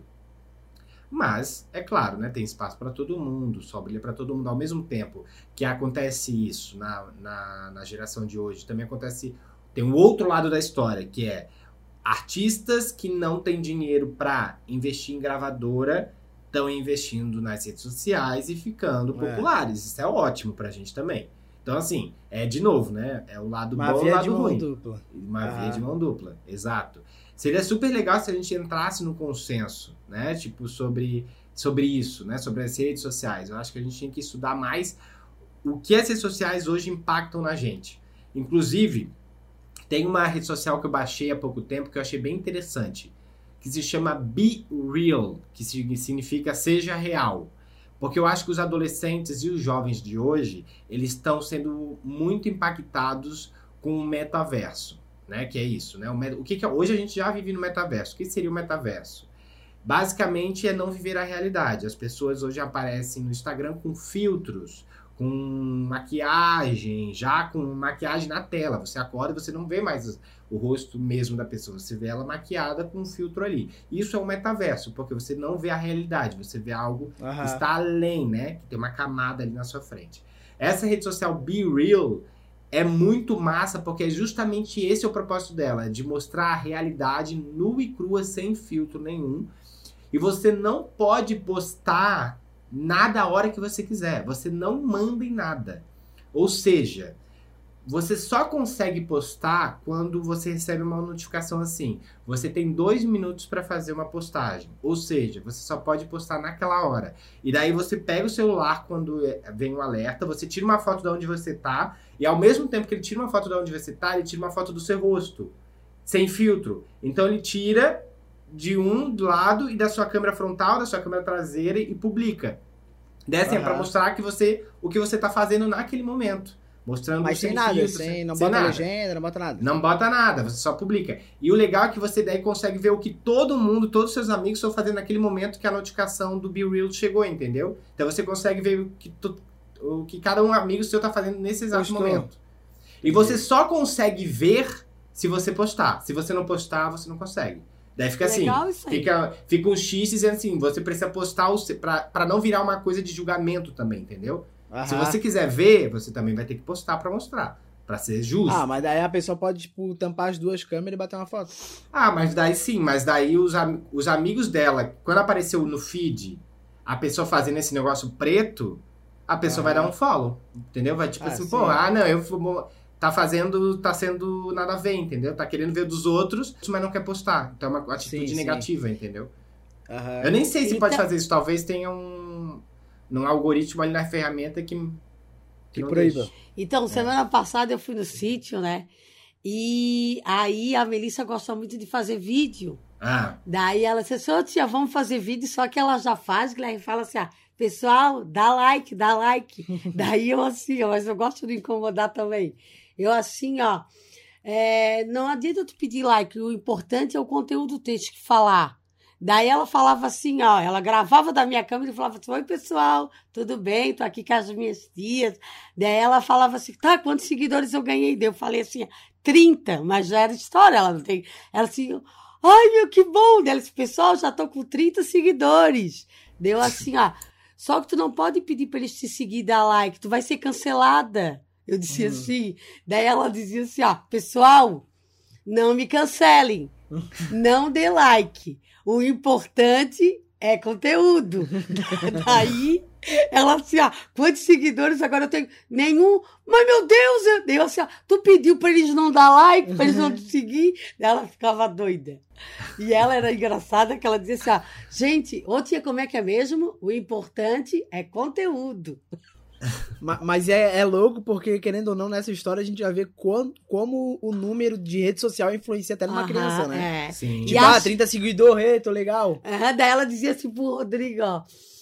Mas, é claro, né, tem espaço para todo mundo, só brilha para todo mundo. Ao mesmo tempo que acontece isso na, na, na geração de hoje, também acontece... Tem um outro lado da história, que é artistas que não têm dinheiro para investir em gravadora estão investindo nas redes sociais e ficando É. populares. Isso é ótimo pra gente também. Então, assim, é de novo, né? É o lado Uma bom e o via lado de mão ruim. dupla. Uma Ah. via de mão dupla, exato. Seria super legal se a gente entrasse no consenso, né? Tipo, sobre, sobre isso, né? Sobre as redes sociais. Eu acho que a gente tinha que estudar mais o que as redes sociais hoje impactam na gente. Inclusive, tem uma rede social que eu baixei há pouco tempo que eu achei bem interessante, que se chama Be Real, que significa seja real. Porque eu acho que os adolescentes e os jovens de hoje, eles estão sendo muito impactados com o metaverso, né? Que é isso, né? O, met... o que, que é... Hoje a gente já vive no metaverso. O que seria o metaverso? Basicamente é não viver a realidade. As pessoas hoje aparecem no Instagram com filtros, com maquiagem, já com maquiagem na tela. Você acorda e você não vê mais o rosto mesmo da pessoa. Você vê ela maquiada com um filtro ali. Isso é o metaverso, porque você não vê a realidade. Você vê algo Aham. que está além, né? Que tem uma camada ali na sua frente. Essa rede social Be Real é muito massa, porque é justamente esse é o propósito dela, de mostrar a realidade nua e crua, sem filtro nenhum. E você não pode postar nada a hora que você quiser. Você não manda em nada. Ou seja, você só consegue postar quando você recebe uma notificação assim. Você tem dois minutos para fazer uma postagem. Ou seja, você só pode postar naquela hora. E daí você pega o celular quando vem o alerta, você tira uma foto de onde você tá, e ao mesmo tempo que ele tira uma foto de onde você tá, ele tira uma foto do seu rosto, sem filtro. Então ele tira de um lado e da sua câmera frontal, da sua câmera traseira e publica. Dessa é para Aham. mostrar que você, o que você tá fazendo naquele momento. Mostrando Mas sem sem nada, filtro, sem, não sem bota nada. legenda, não bota nada. Não bota nada, você só publica. E o legal é que você daí consegue ver o que todo mundo, todos os seus amigos estão fazendo naquele momento que a notificação do Be Real chegou, entendeu? Então você consegue ver o que, tu, o que cada um amigo seu tá fazendo nesse exato Postou. momento. E você só consegue ver se você postar. Se você não postar, você não consegue. Daí fica assim, Legal isso aí. fica, fica um X dizendo assim, você precisa postar o seu- pra, pra não virar uma coisa de julgamento também, entendeu? Aham. Se você quiser ver, você também vai ter que postar pra mostrar. Pra ser justo. Ah, mas daí a pessoa pode, tipo, tampar as duas câmeras e bater uma foto. Ah, mas daí sim, mas daí os, am- os amigos dela, quando apareceu no feed, a pessoa fazendo esse negócio preto, a pessoa Ah. vai dar um follow, entendeu? Vai tipo Ah, assim, sim. pô, ah, não, eu vou- tá fazendo, tá sendo nada a ver, entendeu? Tá querendo ver dos outros, mas não quer postar. Então é uma atitude Sim, sim. negativa, entendeu? Aham. Eu nem sei se E pode tá- fazer isso, talvez tenha um, um algoritmo ali na ferramenta que, Que não proíba. deixa. Então, semana passada eu fui no sítio, né? E aí a Melissa gosta muito de fazer vídeo. Ah, Daí ela disse, ô tia, vamos fazer vídeo, só que ela já faz, Guilherme fala assim, ah, pessoal, dá like, dá like. Daí eu assim, ó, mas eu gosto de incomodar também. Eu assim, ó, é, não adianta tu pedir like, o importante é o conteúdo, tem que falar. Daí ela falava assim, ó, ela gravava da minha câmera e falava assim, oi pessoal, tudo bem, tô aqui com as minhas tias. Daí ela falava assim, tá, quantos seguidores eu ganhei? Daí eu falei assim, trinta, mas já era história, ela não tem, ela assim, ai meu, que bom, daí ela disse, pessoal, já tô com trinta seguidores. Deu assim, ó, só que tu não pode pedir pra eles te seguir e dar like, tu vai ser cancelada. Eu disse Uhum. assim, daí ela dizia assim, ó, pessoal, não me cancelem, não dê like. O importante é conteúdo. Daí, ela assim, ó, quantos seguidores agora eu tenho? Nenhum. Mas, meu Deus, eu dei assim, ó, tu pediu pra eles não dar like, pra eles não te seguir? Daí ela ficava doida. E ela era engraçada, que ela dizia assim, ó, gente, ô tia, como é que é mesmo? O importante é conteúdo. Ma- Mas é, é louco porque, querendo ou não, nessa história a gente já vê quan- como o número de rede social influencia até numa Aham, criança, né? É. sim. E Tipo, a- ah, trinta seguidores, ei, tô legal. Aham, daí ela dizia assim pro Rodrigo, ó,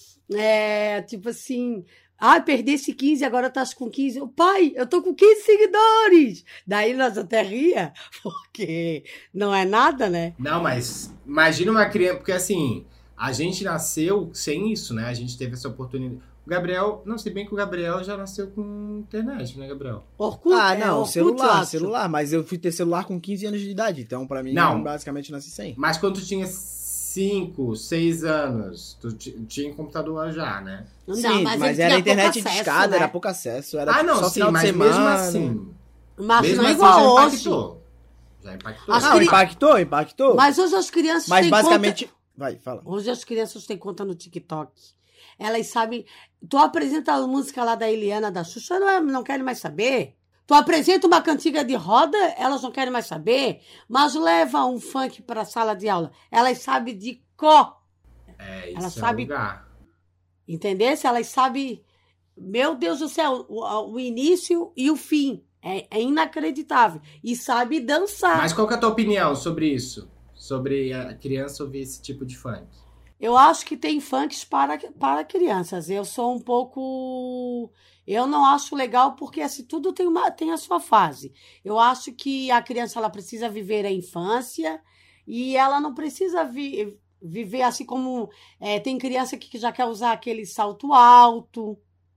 é, tipo assim, ah, perdi esse quinze, agora tá com quinze. Eu, pai, eu tô com quinze seguidores. Daí nós até ria, porque não é nada, né? Não, mas imagina uma criança, porque assim, a gente nasceu sem isso, né? A gente teve essa oportunidade. O Gabriel, não sei bem que o Gabriel já nasceu com internet, né, Gabriel? Orkut, Ah, é, não, Orkut, eu celular, acho. celular. Mas eu fui ter celular com quinze anos de idade, então pra mim, Não. eu basicamente nasci sem. Mas quando tu tinha cinco, seis anos, tu ti- tinha computador já, né? Não, Sim, mas, mas ele era tinha internet pouco de acesso, escada, né? era pouco acesso. Era ah, tipo, não, só sim, final de mas semana. mesmo assim, Mas mesmo não é assim igual já hoje. impactou. Já impactou. As Não, cri- impactou, impactou. Mas, Mas hoje as crianças têm basicamente... Vai, fala. conta... Hoje as crianças têm conta no TikTok. Elas sabem... Tu apresenta a música lá da Eliana, da Xuxa, não, não querem mais saber. Tu apresenta uma cantiga de roda, elas não querem mais saber. Mas leva um funk para a sala de aula. Elas sabem de có. É, isso ela é sabe- o lugar. Entendeu? Se elas sabem... Meu Deus do céu, o, o início e o fim. É, é inacreditável. E sabe dançar. Mas qual que é a tua opinião sobre isso? Sobre a criança ouvir esse tipo de funk? Eu acho que tem funks para, para crianças. Eu sou um pouco... Eu não acho legal porque assim, tudo tem, uma, tem a sua fase. Eu acho que a criança ela precisa viver a infância e ela não precisa vi, viver assim como... é, tem criança que já quer usar aquele salto alto,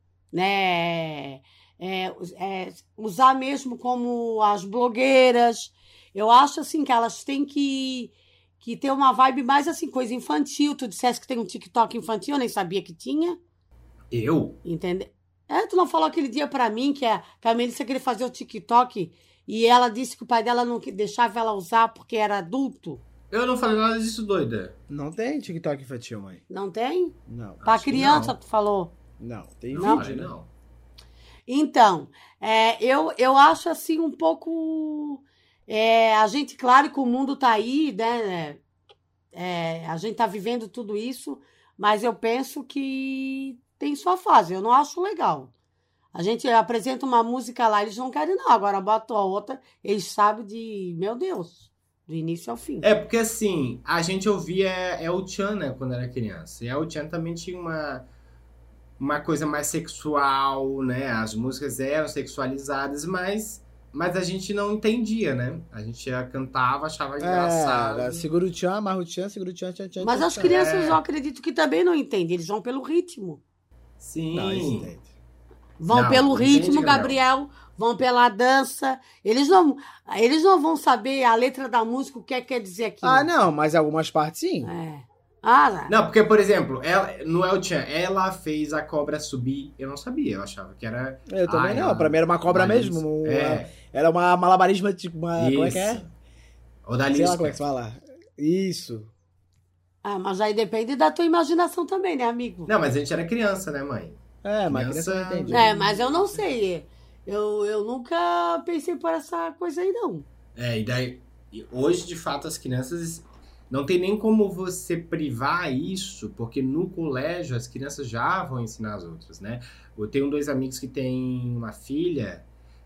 né? É, é, usar mesmo como as blogueiras. Eu acho assim que elas têm que... que tem uma vibe mais assim, coisa infantil. Tu disseste que tem um TikTok infantil, eu nem sabia que tinha. Eu? Entendeu? É, tu não falou aquele dia pra mim que a, que a Melissa queria fazer o TikTok e ela disse que o pai dela não que- deixava ela usar porque era adulto? Eu não falei nada disso, doida. Não tem TikTok infantil, mãe. Não tem? Não. Pra Acho que criança, não. tu falou. Não, tem Não? vídeo, Falei, né? não. Então, é, eu, eu acho assim um pouco... é, a gente, claro que o mundo tá aí, né? É, a gente tá vivendo tudo isso, mas eu penso que tem sua fase. Eu não acho legal. A gente apresenta uma música lá, eles não querem não. Agora bota a outra, eles sabem de... Meu Deus, do início ao fim. É, porque assim, a gente ouvia El-Chan, né, quando era criança. E El-Chan também tinha uma, uma coisa mais sexual, né? As músicas eram sexualizadas, mas, mas a gente não entendia, né? A gente já cantava, achava engraçado. É, segura o tchan, amarra o tchan, segura o tchan, tchan, tchan. Mas tchan, as tchan. crianças, É. eu acredito que também não entendem. Eles vão pelo ritmo. Sim. Não, isso entende. Vão Não, pelo não ritmo, entende, Gabriel. Vão pela dança. Eles não, eles não vão saber a letra da música, o que é que quer dizer aquilo. Ah, não, mas algumas partes sim. É. Ah, Não, porque, por exemplo, ela, no El-Chan, ela fez a cobra subir. Eu não sabia, eu achava que era... Eu também Ai, não, ela- pra mim era uma cobra Odalisca. mesmo. Uma, É, Era uma malabarisma, tipo, uma... Como é que é? isso. Sei Odalisca. lá como é que se fala. Isso. ah, mas aí depende da tua imaginação também, né, amigo? Não, mas a gente era criança, né, mãe? É, mas criança não entende. É, mas eu não sei. Eu, eu nunca pensei por essa coisa aí, não. É, e daí, hoje, de fato, as crianças... Não tem nem como você privar isso, porque no colégio as crianças já vão ensinar as outras, né? Eu tenho dois amigos que têm uma filha,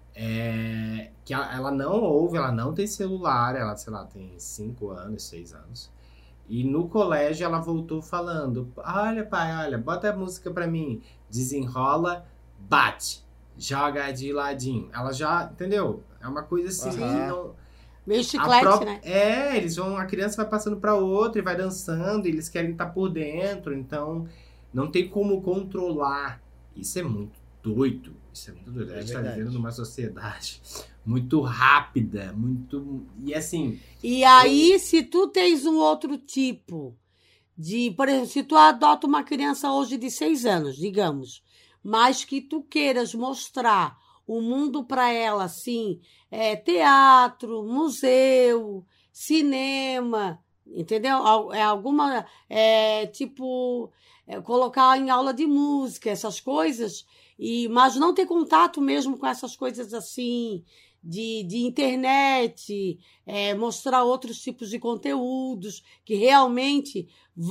é, que ela não ouve, ela não tem celular, ela, sei lá, tem cinco anos, seis anos. E no colégio ela voltou falando, olha pai, olha, bota a música pra mim, desenrola, bate, joga de ladinho. Ela já, entendeu? É uma coisa assim, Uhum. que não... Meio chiclete, pró- né? É, eles vão, a criança vai passando pra outra e vai dançando, e eles querem estar por dentro, então não tem como controlar. Isso é muito doido, isso é muito doido. É a gente tá verdade. vivendo numa sociedade muito rápida, muito... E assim... E aí, se tu tens um outro tipo de... Por exemplo, se tu adota uma criança hoje de seis anos, digamos, mas que tu queiras mostrar o mundo para ela, assim, é, teatro, museu, cinema, entendeu? Al- É alguma, é, tipo, é, colocar em aula de música, essas coisas, e, mas não ter contato mesmo com essas coisas assim, de, de internet, é, mostrar outros tipos de conteúdos que realmente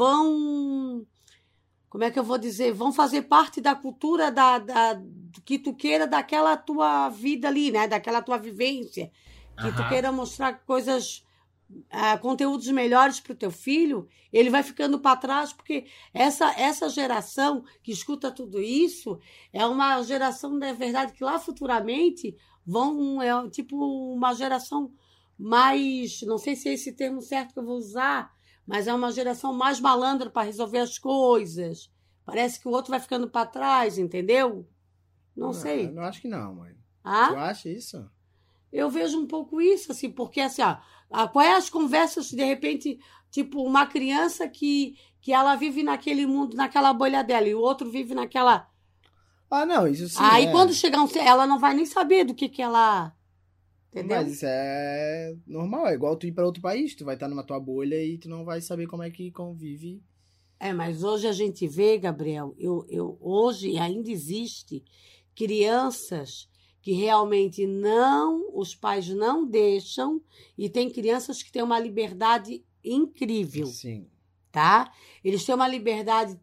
vão... Como é que eu vou dizer? Vão fazer parte da cultura da, da, do que tu queira daquela tua vida ali, né? Daquela tua vivência. Que tu Aham. queira mostrar coisas, ah, conteúdos melhores para o teu filho, ele vai ficando para trás, porque essa, essa geração que escuta tudo isso é uma geração, na verdade, que lá futuramente vão, é tipo uma geração mais, não sei se é esse termo certo que eu vou usar, mas é uma geração mais malandra para resolver as coisas. Parece que o outro vai ficando para trás, entendeu? Não sei. Eu não acho que não, mãe. Ah? Tu acha isso? Eu vejo um pouco isso, assim, porque assim, ó, a- qual é as conversas, de repente, tipo, uma criança que, que ela vive naquele mundo, naquela bolha dela, e o outro vive naquela. Ah, não, isso sim. Aí é. quando chegar um. Ela não vai nem saber do que que ela. Entendeu? Mas isso é normal, é igual tu ir pra outro país, tu vai estar numa tua bolha e tu não vai saber como é que convive. É, mas hoje a gente vê, Gabriel, eu, eu, hoje ainda existe crianças que realmente não, os pais não deixam, e tem crianças que têm uma liberdade incrível, Sim. tá? Eles têm uma liberdade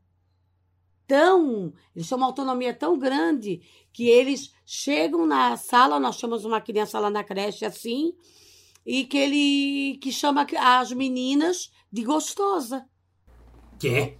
tão, eles têm uma autonomia tão grande que eles chegam na sala, nós temos uma criança lá na creche assim, e que ele que chama as meninas de gostosa. Quê?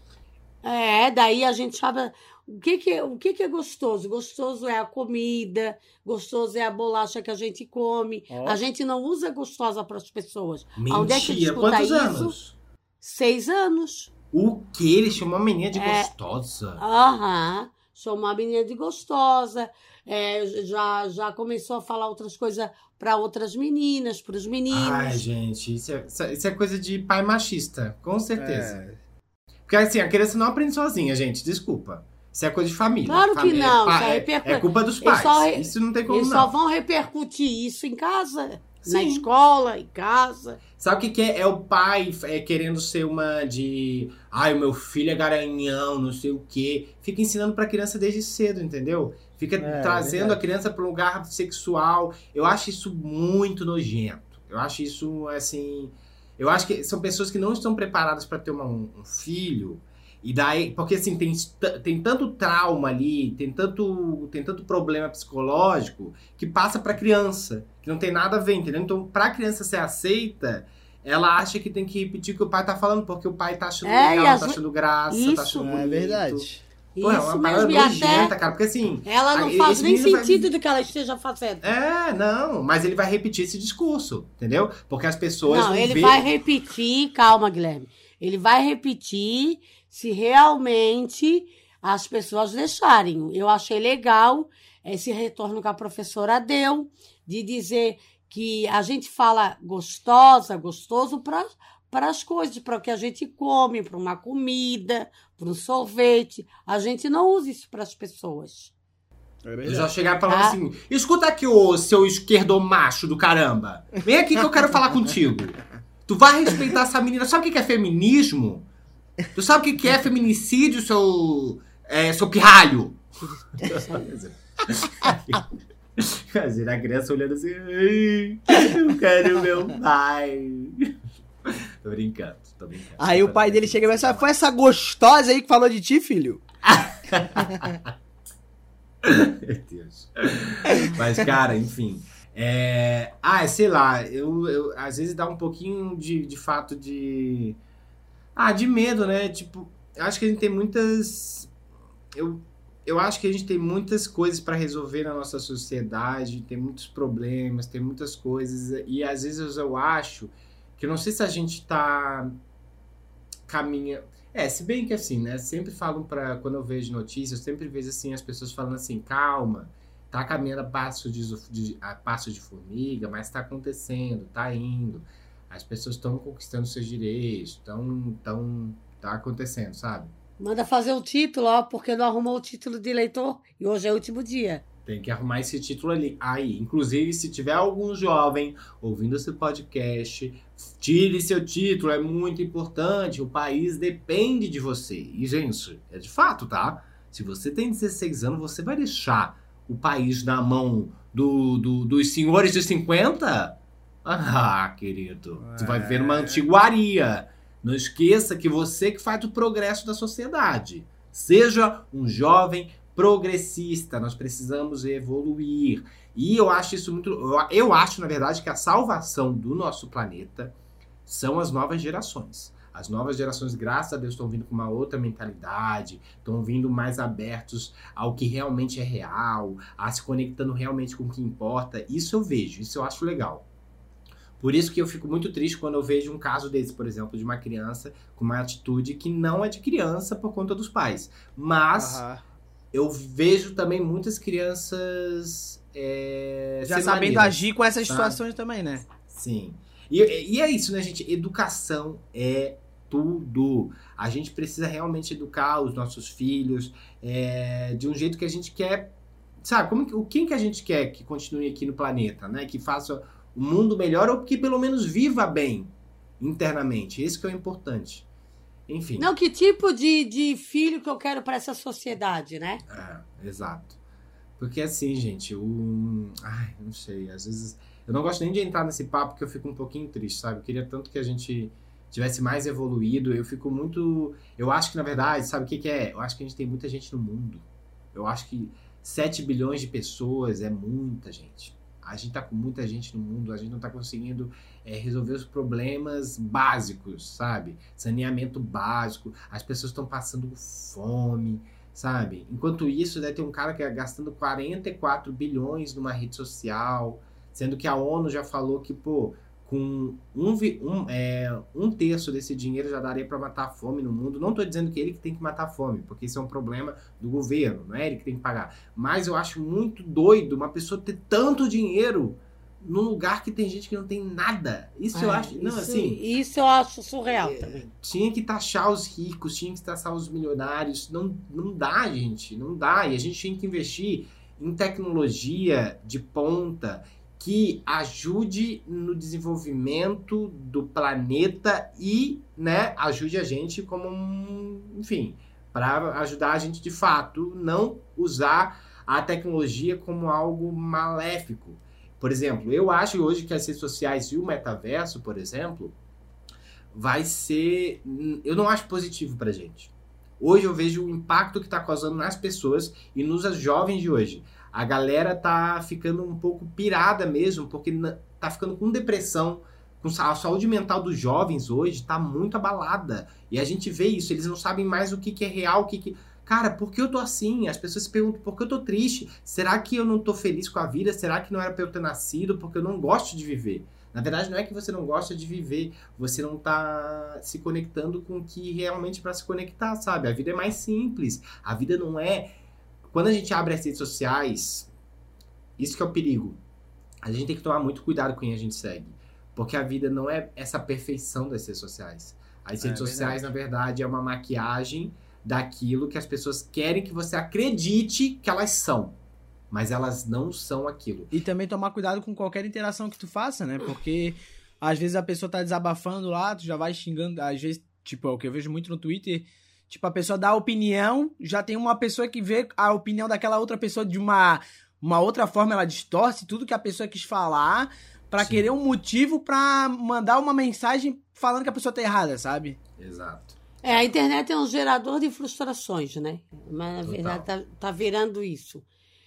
É, daí a gente sabe o que que, o que que é gostoso. Gostoso é a comida, gostoso é a bolacha que a gente come. Ó. A gente não usa gostosa para as pessoas. Onde é que ele Mentira, escuta quantos isso? anos? Seis anos. O que? Ele chamou uma menina de É. gostosa? Aham. Sou uma menina de gostosa. É, já, já começou a falar outras coisas para outras meninas, para os meninos. Ai, gente, isso é, isso é- isso é coisa de pai machista, com certeza. É. Porque assim, a criança não aprende sozinha, gente, desculpa. Isso é coisa de família. Claro que Família- não, é, isso pa- aí é, repercute- é culpa dos Eles pais. só re- Isso não tem como Eles não. só vão repercutir isso em casa, na Sim. escola, em casa. Sabe o que, que é? É o pai é, querendo ser uma de... Ai, o meu filho é garanhão, não sei o quê. Fica ensinando pra criança desde cedo, entendeu? Fica É, trazendo verdade. a criança pra um lugar sexual. Eu acho isso muito nojento. Eu acho isso, assim... Eu acho que são pessoas que não estão preparadas pra ter uma- um, um filho. E daí... Porque, assim, tem, tem tanto trauma ali, tem tanto, tem tanto problema psicológico que passa pra criança. Que não tem nada a ver, entendeu? Então, pra criança ser aceita, ela acha que tem que repetir o que o pai tá falando, porque o pai tá achando É, e legal, as- tá achando graça, Isso. tá achando É bonito. verdade. Pô, é Isso uma parada mesmo, e nojenta, até cara, porque assim... ela não aí faz esse nem menino vai- sentido do que ela esteja fazendo. É, não, mas ele vai repetir esse discurso, entendeu? Porque as pessoas Não, vão ele ver... vai repetir, calma, Guilherme. Ele vai repetir se realmente as pessoas deixarem. Eu achei legal esse retorno que a professora deu, de dizer que a gente fala gostosa, gostoso para para as coisas, para o que a gente come, para uma comida, para um sorvete. A gente não usa isso para as pessoas. É Eles verdade. vão chegar falando Ah. assim: escuta aqui, ô seu esquerdomacho do caramba. Vem aqui que eu quero falar contigo. Tu vai respeitar essa menina. Sabe o que é feminismo? Tu sabe o que é feminicídio, seu, é, seu pirralho? Imagina a criança olhando assim, ai, eu quero meu pai. Tô brincando, tô brincando. Aí o pai dele chega e vai, foi essa gostosa aí que falou de ti, filho? Meu Deus. Mas, cara, enfim. É... Ah, sei lá, eu, eu, às vezes dá um pouquinho de, de fato de... Ah, de medo, né? Tipo, eu acho que a gente tem muitas... Eu, eu acho que a gente tem muitas coisas para resolver na nossa sociedade, tem muitos problemas, tem muitas coisas, e às vezes eu acho que eu não sei se a gente tá caminha... É, se bem que assim, né? Sempre falam para quando eu vejo notícias, eu sempre vejo assim as pessoas falando assim, calma, tá caminhando a passo de, de, a passo de formiga, mas tá acontecendo, tá indo. As pessoas estão conquistando seus direitos, estão, tão, tá acontecendo, sabe? Manda fazer o título, ó, porque não arrumou o título de eleitor e hoje é o último dia. Tem que arrumar esse título ali. Aí, inclusive, se tiver algum jovem ouvindo esse podcast, tire seu título, é muito importante. O país depende de você. E, gente, é de fato, tá? Se você tem dezesseis anos, você vai deixar o país na mão do, do, dos senhores de cinquenta? Ah, querido, você vai viver numa antiguaria. Não esqueça que você que faz o progresso da sociedade. Seja um jovem progressista, nós precisamos evoluir. E eu acho isso muito... Eu acho, na verdade, que a salvação do nosso planeta são as novas gerações. As novas gerações, graças a Deus, estão vindo com uma outra mentalidade, estão vindo mais abertos ao que realmente é real, a se conectando realmente com o que importa. Isso eu vejo, isso eu acho legal. Por isso que eu fico muito triste quando eu vejo um caso desse, por exemplo, de uma criança com uma atitude que não é de criança por conta dos pais. Mas uhum. eu vejo também muitas crianças... É, já sabendo maneiras, agir com essas sabe? situações também, né? Sim. E, e é isso, né, gente? Educação é tudo. A gente precisa realmente educar os nossos filhos é, de um jeito que a gente quer... Sabe, como, quem que a gente quer que continue aqui no planeta, né? Que faça... o mundo melhor ou que pelo menos viva bem internamente. Esse que é o importante. Enfim. Não, que tipo de, de filho que eu quero para essa sociedade, né? É, exato. Porque assim, gente, o... Ai, não sei, às vezes... Eu não gosto nem de entrar nesse papo porque eu fico um pouquinho triste, sabe? Eu queria tanto que a gente tivesse mais evoluído. Eu fico muito... Eu acho que, na verdade, sabe o que que é? Eu acho que a gente tem muita gente no mundo. Eu acho que sete bilhões de pessoas é muita gente. A gente tá com muita gente no mundo, a gente não tá conseguindo é, resolver os problemas básicos, sabe? Saneamento básico, as pessoas estão passando fome, sabe? Enquanto isso, deve ter um cara que é gastando quarenta e quatro bilhões numa rede social, sendo que a ONU já falou que, pô, com um, um, é, um terço desse dinheiro já daria para matar a fome no mundo. Não tô dizendo que ele que tem que matar a fome, porque isso é um problema do governo, não é ele que tem que pagar. Mas eu acho muito doido uma pessoa ter tanto dinheiro num lugar que tem gente que não tem nada. Isso é, eu acho... Não, isso, assim, isso eu acho surreal é, também. Tinha que taxar os ricos, tinha que taxar os milionários. Não, não dá, gente, não dá. E a gente tinha que investir em tecnologia de ponta que ajude no desenvolvimento do planeta e, né, ajude a gente como um, enfim, para ajudar a gente de fato, não usar a tecnologia como algo maléfico. Por exemplo, eu acho hoje que as redes sociais e o metaverso, por exemplo, vai ser... Eu não acho positivo pra gente. Hoje eu vejo o impacto que está causando nas pessoas e nos jovens de hoje. A galera tá ficando um pouco pirada mesmo, porque tá ficando com depressão, com a saúde mental dos jovens hoje tá muito abalada. E a gente vê isso, eles não sabem mais o que, que é real, o que que... Cara, por que eu tô assim? As pessoas se perguntam, por que eu tô triste? Será que eu não tô feliz com a vida? Será que não era pra eu ter nascido? Porque eu não gosto de viver. Na verdade, não é que você não gosta de viver, você não tá se conectando com o que realmente para se conectar, sabe? A vida é mais simples, a vida não é... Quando a gente abre as redes sociais, isso que é o perigo. A gente tem que tomar muito cuidado com quem a gente segue. Porque a vida não é essa perfeição das redes sociais. As redes é sociais, na verdade, é uma maquiagem daquilo que as pessoas querem que você acredite que elas são. Mas elas não são aquilo. E também tomar cuidado com qualquer interação que tu faça, né? Porque às vezes a pessoa tá desabafando lá, tu já vai xingando. Às vezes, tipo, é o que eu vejo muito no Twitter... Tipo, a pessoa dá a opinião, já tem uma pessoa que vê a opinião daquela outra pessoa de uma, uma outra forma, ela distorce tudo que a pessoa quis falar pra Sim. querer um motivo pra mandar uma mensagem falando que a pessoa tá errada, sabe? Exato. É, a internet é um gerador de frustrações, né? Mas na verdade tá, tá virando isso.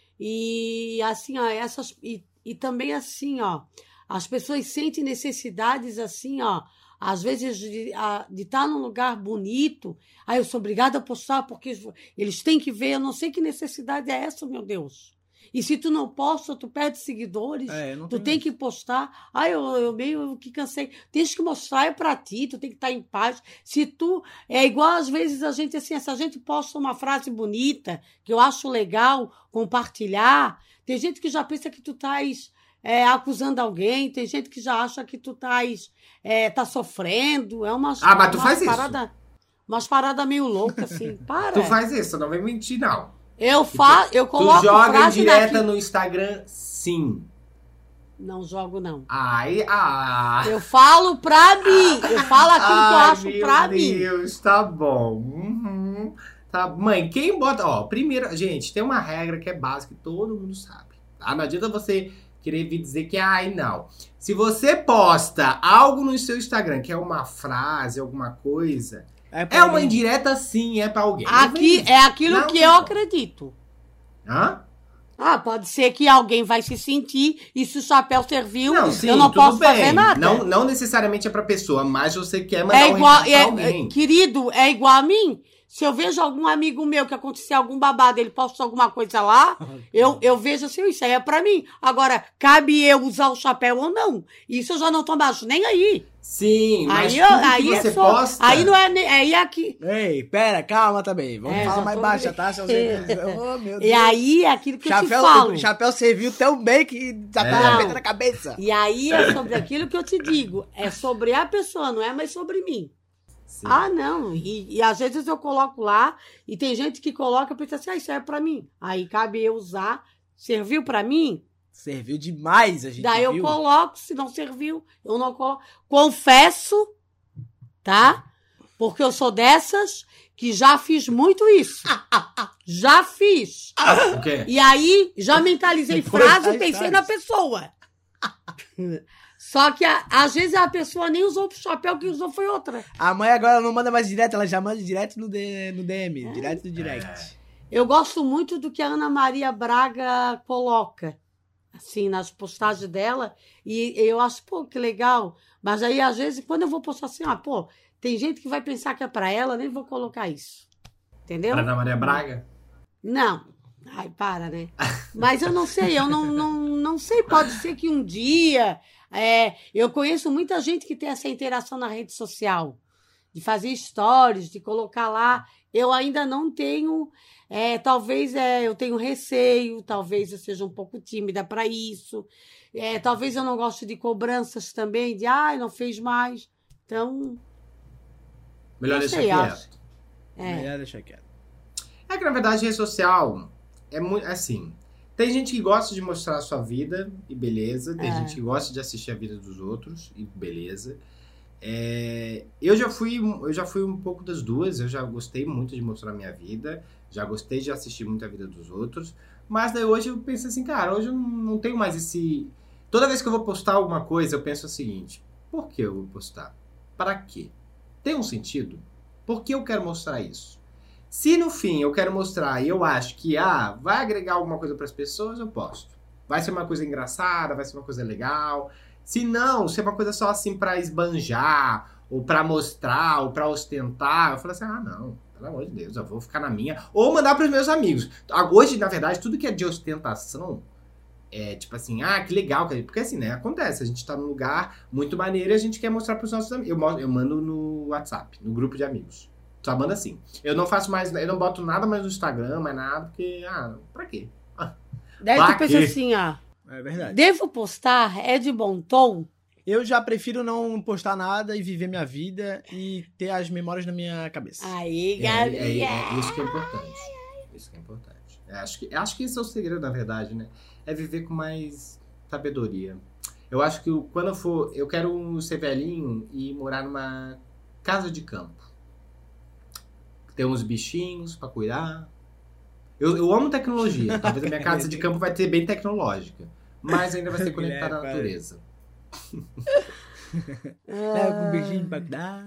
E assim, ó, essas. E, e também assim, ó, as pessoas sentem necessidades assim, ó. Às vezes de estar num lugar bonito, aí eu sou obrigada a postar porque eles têm que ver, eu não sei que necessidade é essa, meu Deus. E se tu não posta, tu perde seguidores, É, não tu tem tem isso. que postar. Ai, eu, eu meio que cansei. Tens que mostrar é pra ti, tu tem que estar em paz. Se tu, é igual às vezes a gente, assim, se a gente posta uma frase bonita, que eu acho legal compartilhar, tem gente que já pensa que tu estás... É, acusando alguém, tem gente que já acha que tu estás é, tá sofrendo, é umas, Ah, mas tu umas faz isso. parada, umas paradas meio loucas, assim, para. Tu faz isso, não vem mentir, não. Eu faço, eu Tu coloco joga frase indireta daqui. no Instagram, sim. Não jogo, não. Ai, ah. Eu falo pra mim, eu falo aquilo que eu Ai, acho meu pra mim. Deus, tá bom. Uhum. Tá, mãe, quem bota... Ó, primeiro, gente, tem uma regra que é básica que todo mundo sabe. Tá? Não adianta você... querer vir dizer que, ai, não. Se você posta algo no seu Instagram, que é uma frase, alguma coisa, É, é uma indireta sim, é pra alguém. Aqui é aquilo Não, que não. eu acredito. Hã? Ah, pode ser que alguém vai se sentir e se o chapéu serviu, Não, sim, eu não tudo posso bem. fazer nada. Não, não necessariamente é pra pessoa, mas você quer mandar É um igual, recado pra é, alguém. é, querido, é igual a mim. Se eu vejo algum amigo meu que aconteceu algum babado, ele posta alguma coisa lá, eu, eu vejo assim, isso aí é pra mim. Agora, cabe eu usar o chapéu ou não? Isso eu já não tô mais nem aí. Sim, mas Aí, eu, tudo que aí você é só, posta... aí não é, nem- aí é aqui. Ei, pera, calma também. Vamos É, falar já mais tô- baixo, tá? Se você... Oh, meu Deus. E aí é aquilo que eu te Chapéu, falo. o chapéu serviu tão bem que já tá É. na frente da cabeça. E aí é sobre aquilo que eu te digo. É sobre a pessoa, não é mais sobre mim. Sim. Ah, não. E, e às vezes eu coloco lá e tem gente que coloca e pensa assim, ah, isso é pra mim. Aí cabe eu usar. Serviu pra mim? Serviu demais, a gente Daí eu viu. coloco. Se não serviu, eu não coloco. Confesso, tá? Porque eu sou dessas que já fiz muito isso. Já fiz. O quê? E aí já mentalizei Depois frase das e pensei frases. na pessoa. Só que a- às vezes a pessoa nem usou o chapéu, que usou foi outra. A mãe agora não manda mais direto, ela já manda direto no, D- no D M, direto no direct. Eu gosto muito do que a Ana Maria Braga coloca, assim, nas postagens dela. E eu acho, pô, que legal. Mas aí, às vezes, quando eu vou postar assim, ah, pô, tem gente que vai pensar que é pra ela, nem vou colocar isso. Entendeu? Pra Ana Maria Braga? Não. Ai, para, né? Mas eu não sei, eu não, não, não sei. Pode ser que um dia... é, eu conheço muita gente que tem essa interação na rede social, de fazer stories, de colocar lá. Eu ainda não tenho... é, talvez é, eu tenho receio, talvez eu seja um pouco tímida para isso. É, talvez eu não goste de cobranças também, de, ai, não fez mais. Então, Melhor Não deixar sei, quieto. acho. é. Melhor deixar quieto. É que, na verdade, rede social é muito assim. Tem gente que gosta de mostrar a sua vida e beleza. Tem É. gente que gosta de assistir a vida dos outros e beleza. É, eu, já fui, eu já fui um pouco das duas. Eu já gostei muito de mostrar a minha vida. Já gostei de assistir muito a vida dos outros. Mas daí hoje eu penso assim, cara, hoje eu não, não tenho mais esse... Toda vez que eu vou postar alguma coisa, eu penso o seguinte: por que eu vou postar? Para quê? Tem um sentido? Por que eu quero mostrar isso? Se no fim eu quero mostrar e eu acho que ah, vai agregar alguma coisa para as pessoas, eu posto. Vai ser uma coisa engraçada, vai ser uma coisa legal. Se não, se é uma coisa só assim para esbanjar, ou para mostrar, ou para ostentar, eu falo assim, ah não, pelo amor de Deus, eu vou ficar na minha. Ou mandar para os meus amigos. Hoje, na verdade, tudo que é de ostentação, é tipo assim, ah, que legal. Porque assim, né, acontece, a gente tá num lugar muito maneiro e a gente quer mostrar pros nossos amigos. Eu, mo- eu mando no WhatsApp, no grupo de amigos. Só manda assim. Eu não faço mais, eu não boto nada mais no Instagram, mais nada, porque, ah, pra quê? Daí Pra tu pensa quê? assim, ah, É verdade. devo postar? É de bom tom? Eu já prefiro não postar nada e viver minha vida e ter as memórias na minha cabeça. Aí, É, é, Gabriel. é isso que é importante. Isso que é importante. Eu acho que, eu acho que esse é o segredo, na verdade, né? É viver com mais sabedoria. Eu acho que eu- quando eu for... Eu quero ser velhinho e morar numa casa de campo. Tem uns bichinhos pra cuidar. Eu, eu amo tecnologia. Talvez a minha casa de campo vai ter bem tecnológica. Mas ainda vai ser conectada à natureza. Leva com um beijinho pra dar.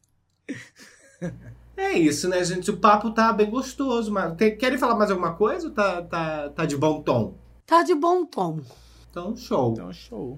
É isso, né, gente? O papo tá bem gostoso. Mas... Tem... Querem falar mais alguma coisa ou tá, tá, tá de bom tom? Tá de bom tom. Então, show. Então, show.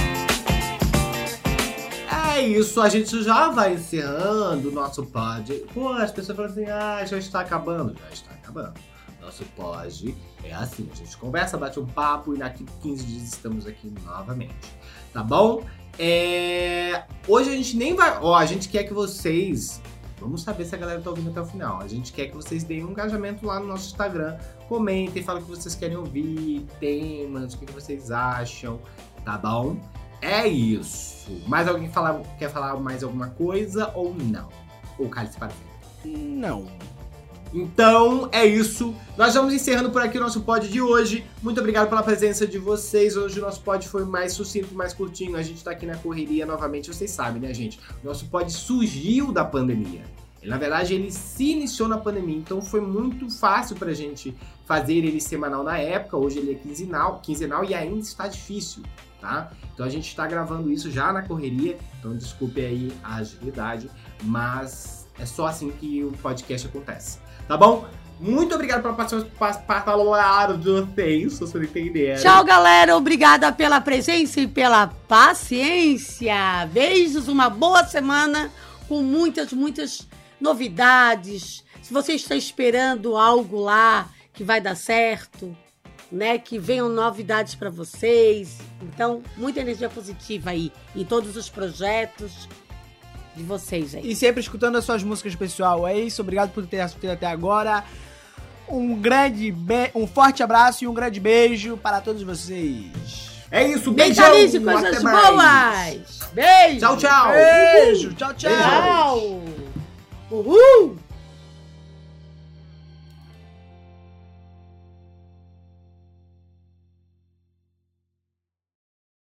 É isso, a gente já vai encerrando o nosso pod. Pô, as pessoas falam assim, ah, já está acabando. Já está acabando. Nosso pod é assim, a gente conversa, bate um papo e daqui quinze dias estamos aqui novamente. Tá bom? É... Hoje a gente nem vai... Ó, a gente quer que vocês... Vamos saber se a galera tá ouvindo até o final. A gente quer que vocês deem um engajamento lá no nosso Instagram. Comentem, falem o que vocês querem ouvir, temas, o que vocês acham, tá bom? É isso. Mais alguém falar, quer falar mais alguma coisa ou não? Ou cale-se para sempre? Não. Então, é isso. Nós vamos encerrando por aqui o nosso pod de hoje. Muito obrigado pela presença de vocês. Hoje o nosso pod foi mais sucinto, mais curtinho. A gente tá aqui na correria novamente. Vocês sabem, né, gente? O nosso pod surgiu da pandemia. Na verdade, ele se iniciou na pandemia. Então, foi muito fácil pra gente fazer ele semanal na época. Hoje ele é quinzenal, quinzenal e ainda está difícil, tá? Então, a gente tá gravando isso já na correria. Então, desculpe aí a agilidade. Mas é só assim que o podcast acontece. Tá bom? Muito obrigado pela participação de vocês, se vocês entenderam. Tchau, galera. Obrigada pela presença e pela paciência. Beijos, uma boa semana com muitas, muitas novidades. Se você está esperando algo lá que vai dar certo, né? Que venham novidades para vocês. Então, muita energia positiva aí em todos os projetos de vocês aí. E sempre escutando as suas músicas, pessoal. É isso, obrigado por ter assistido até agora. Um grande be... um forte abraço e um grande beijo para todos vocês. É isso, beijão. Mentalize coisas boas. Beijo. Tchau, tchau. Beijo, tchau, tchau. Tchau. Uhul.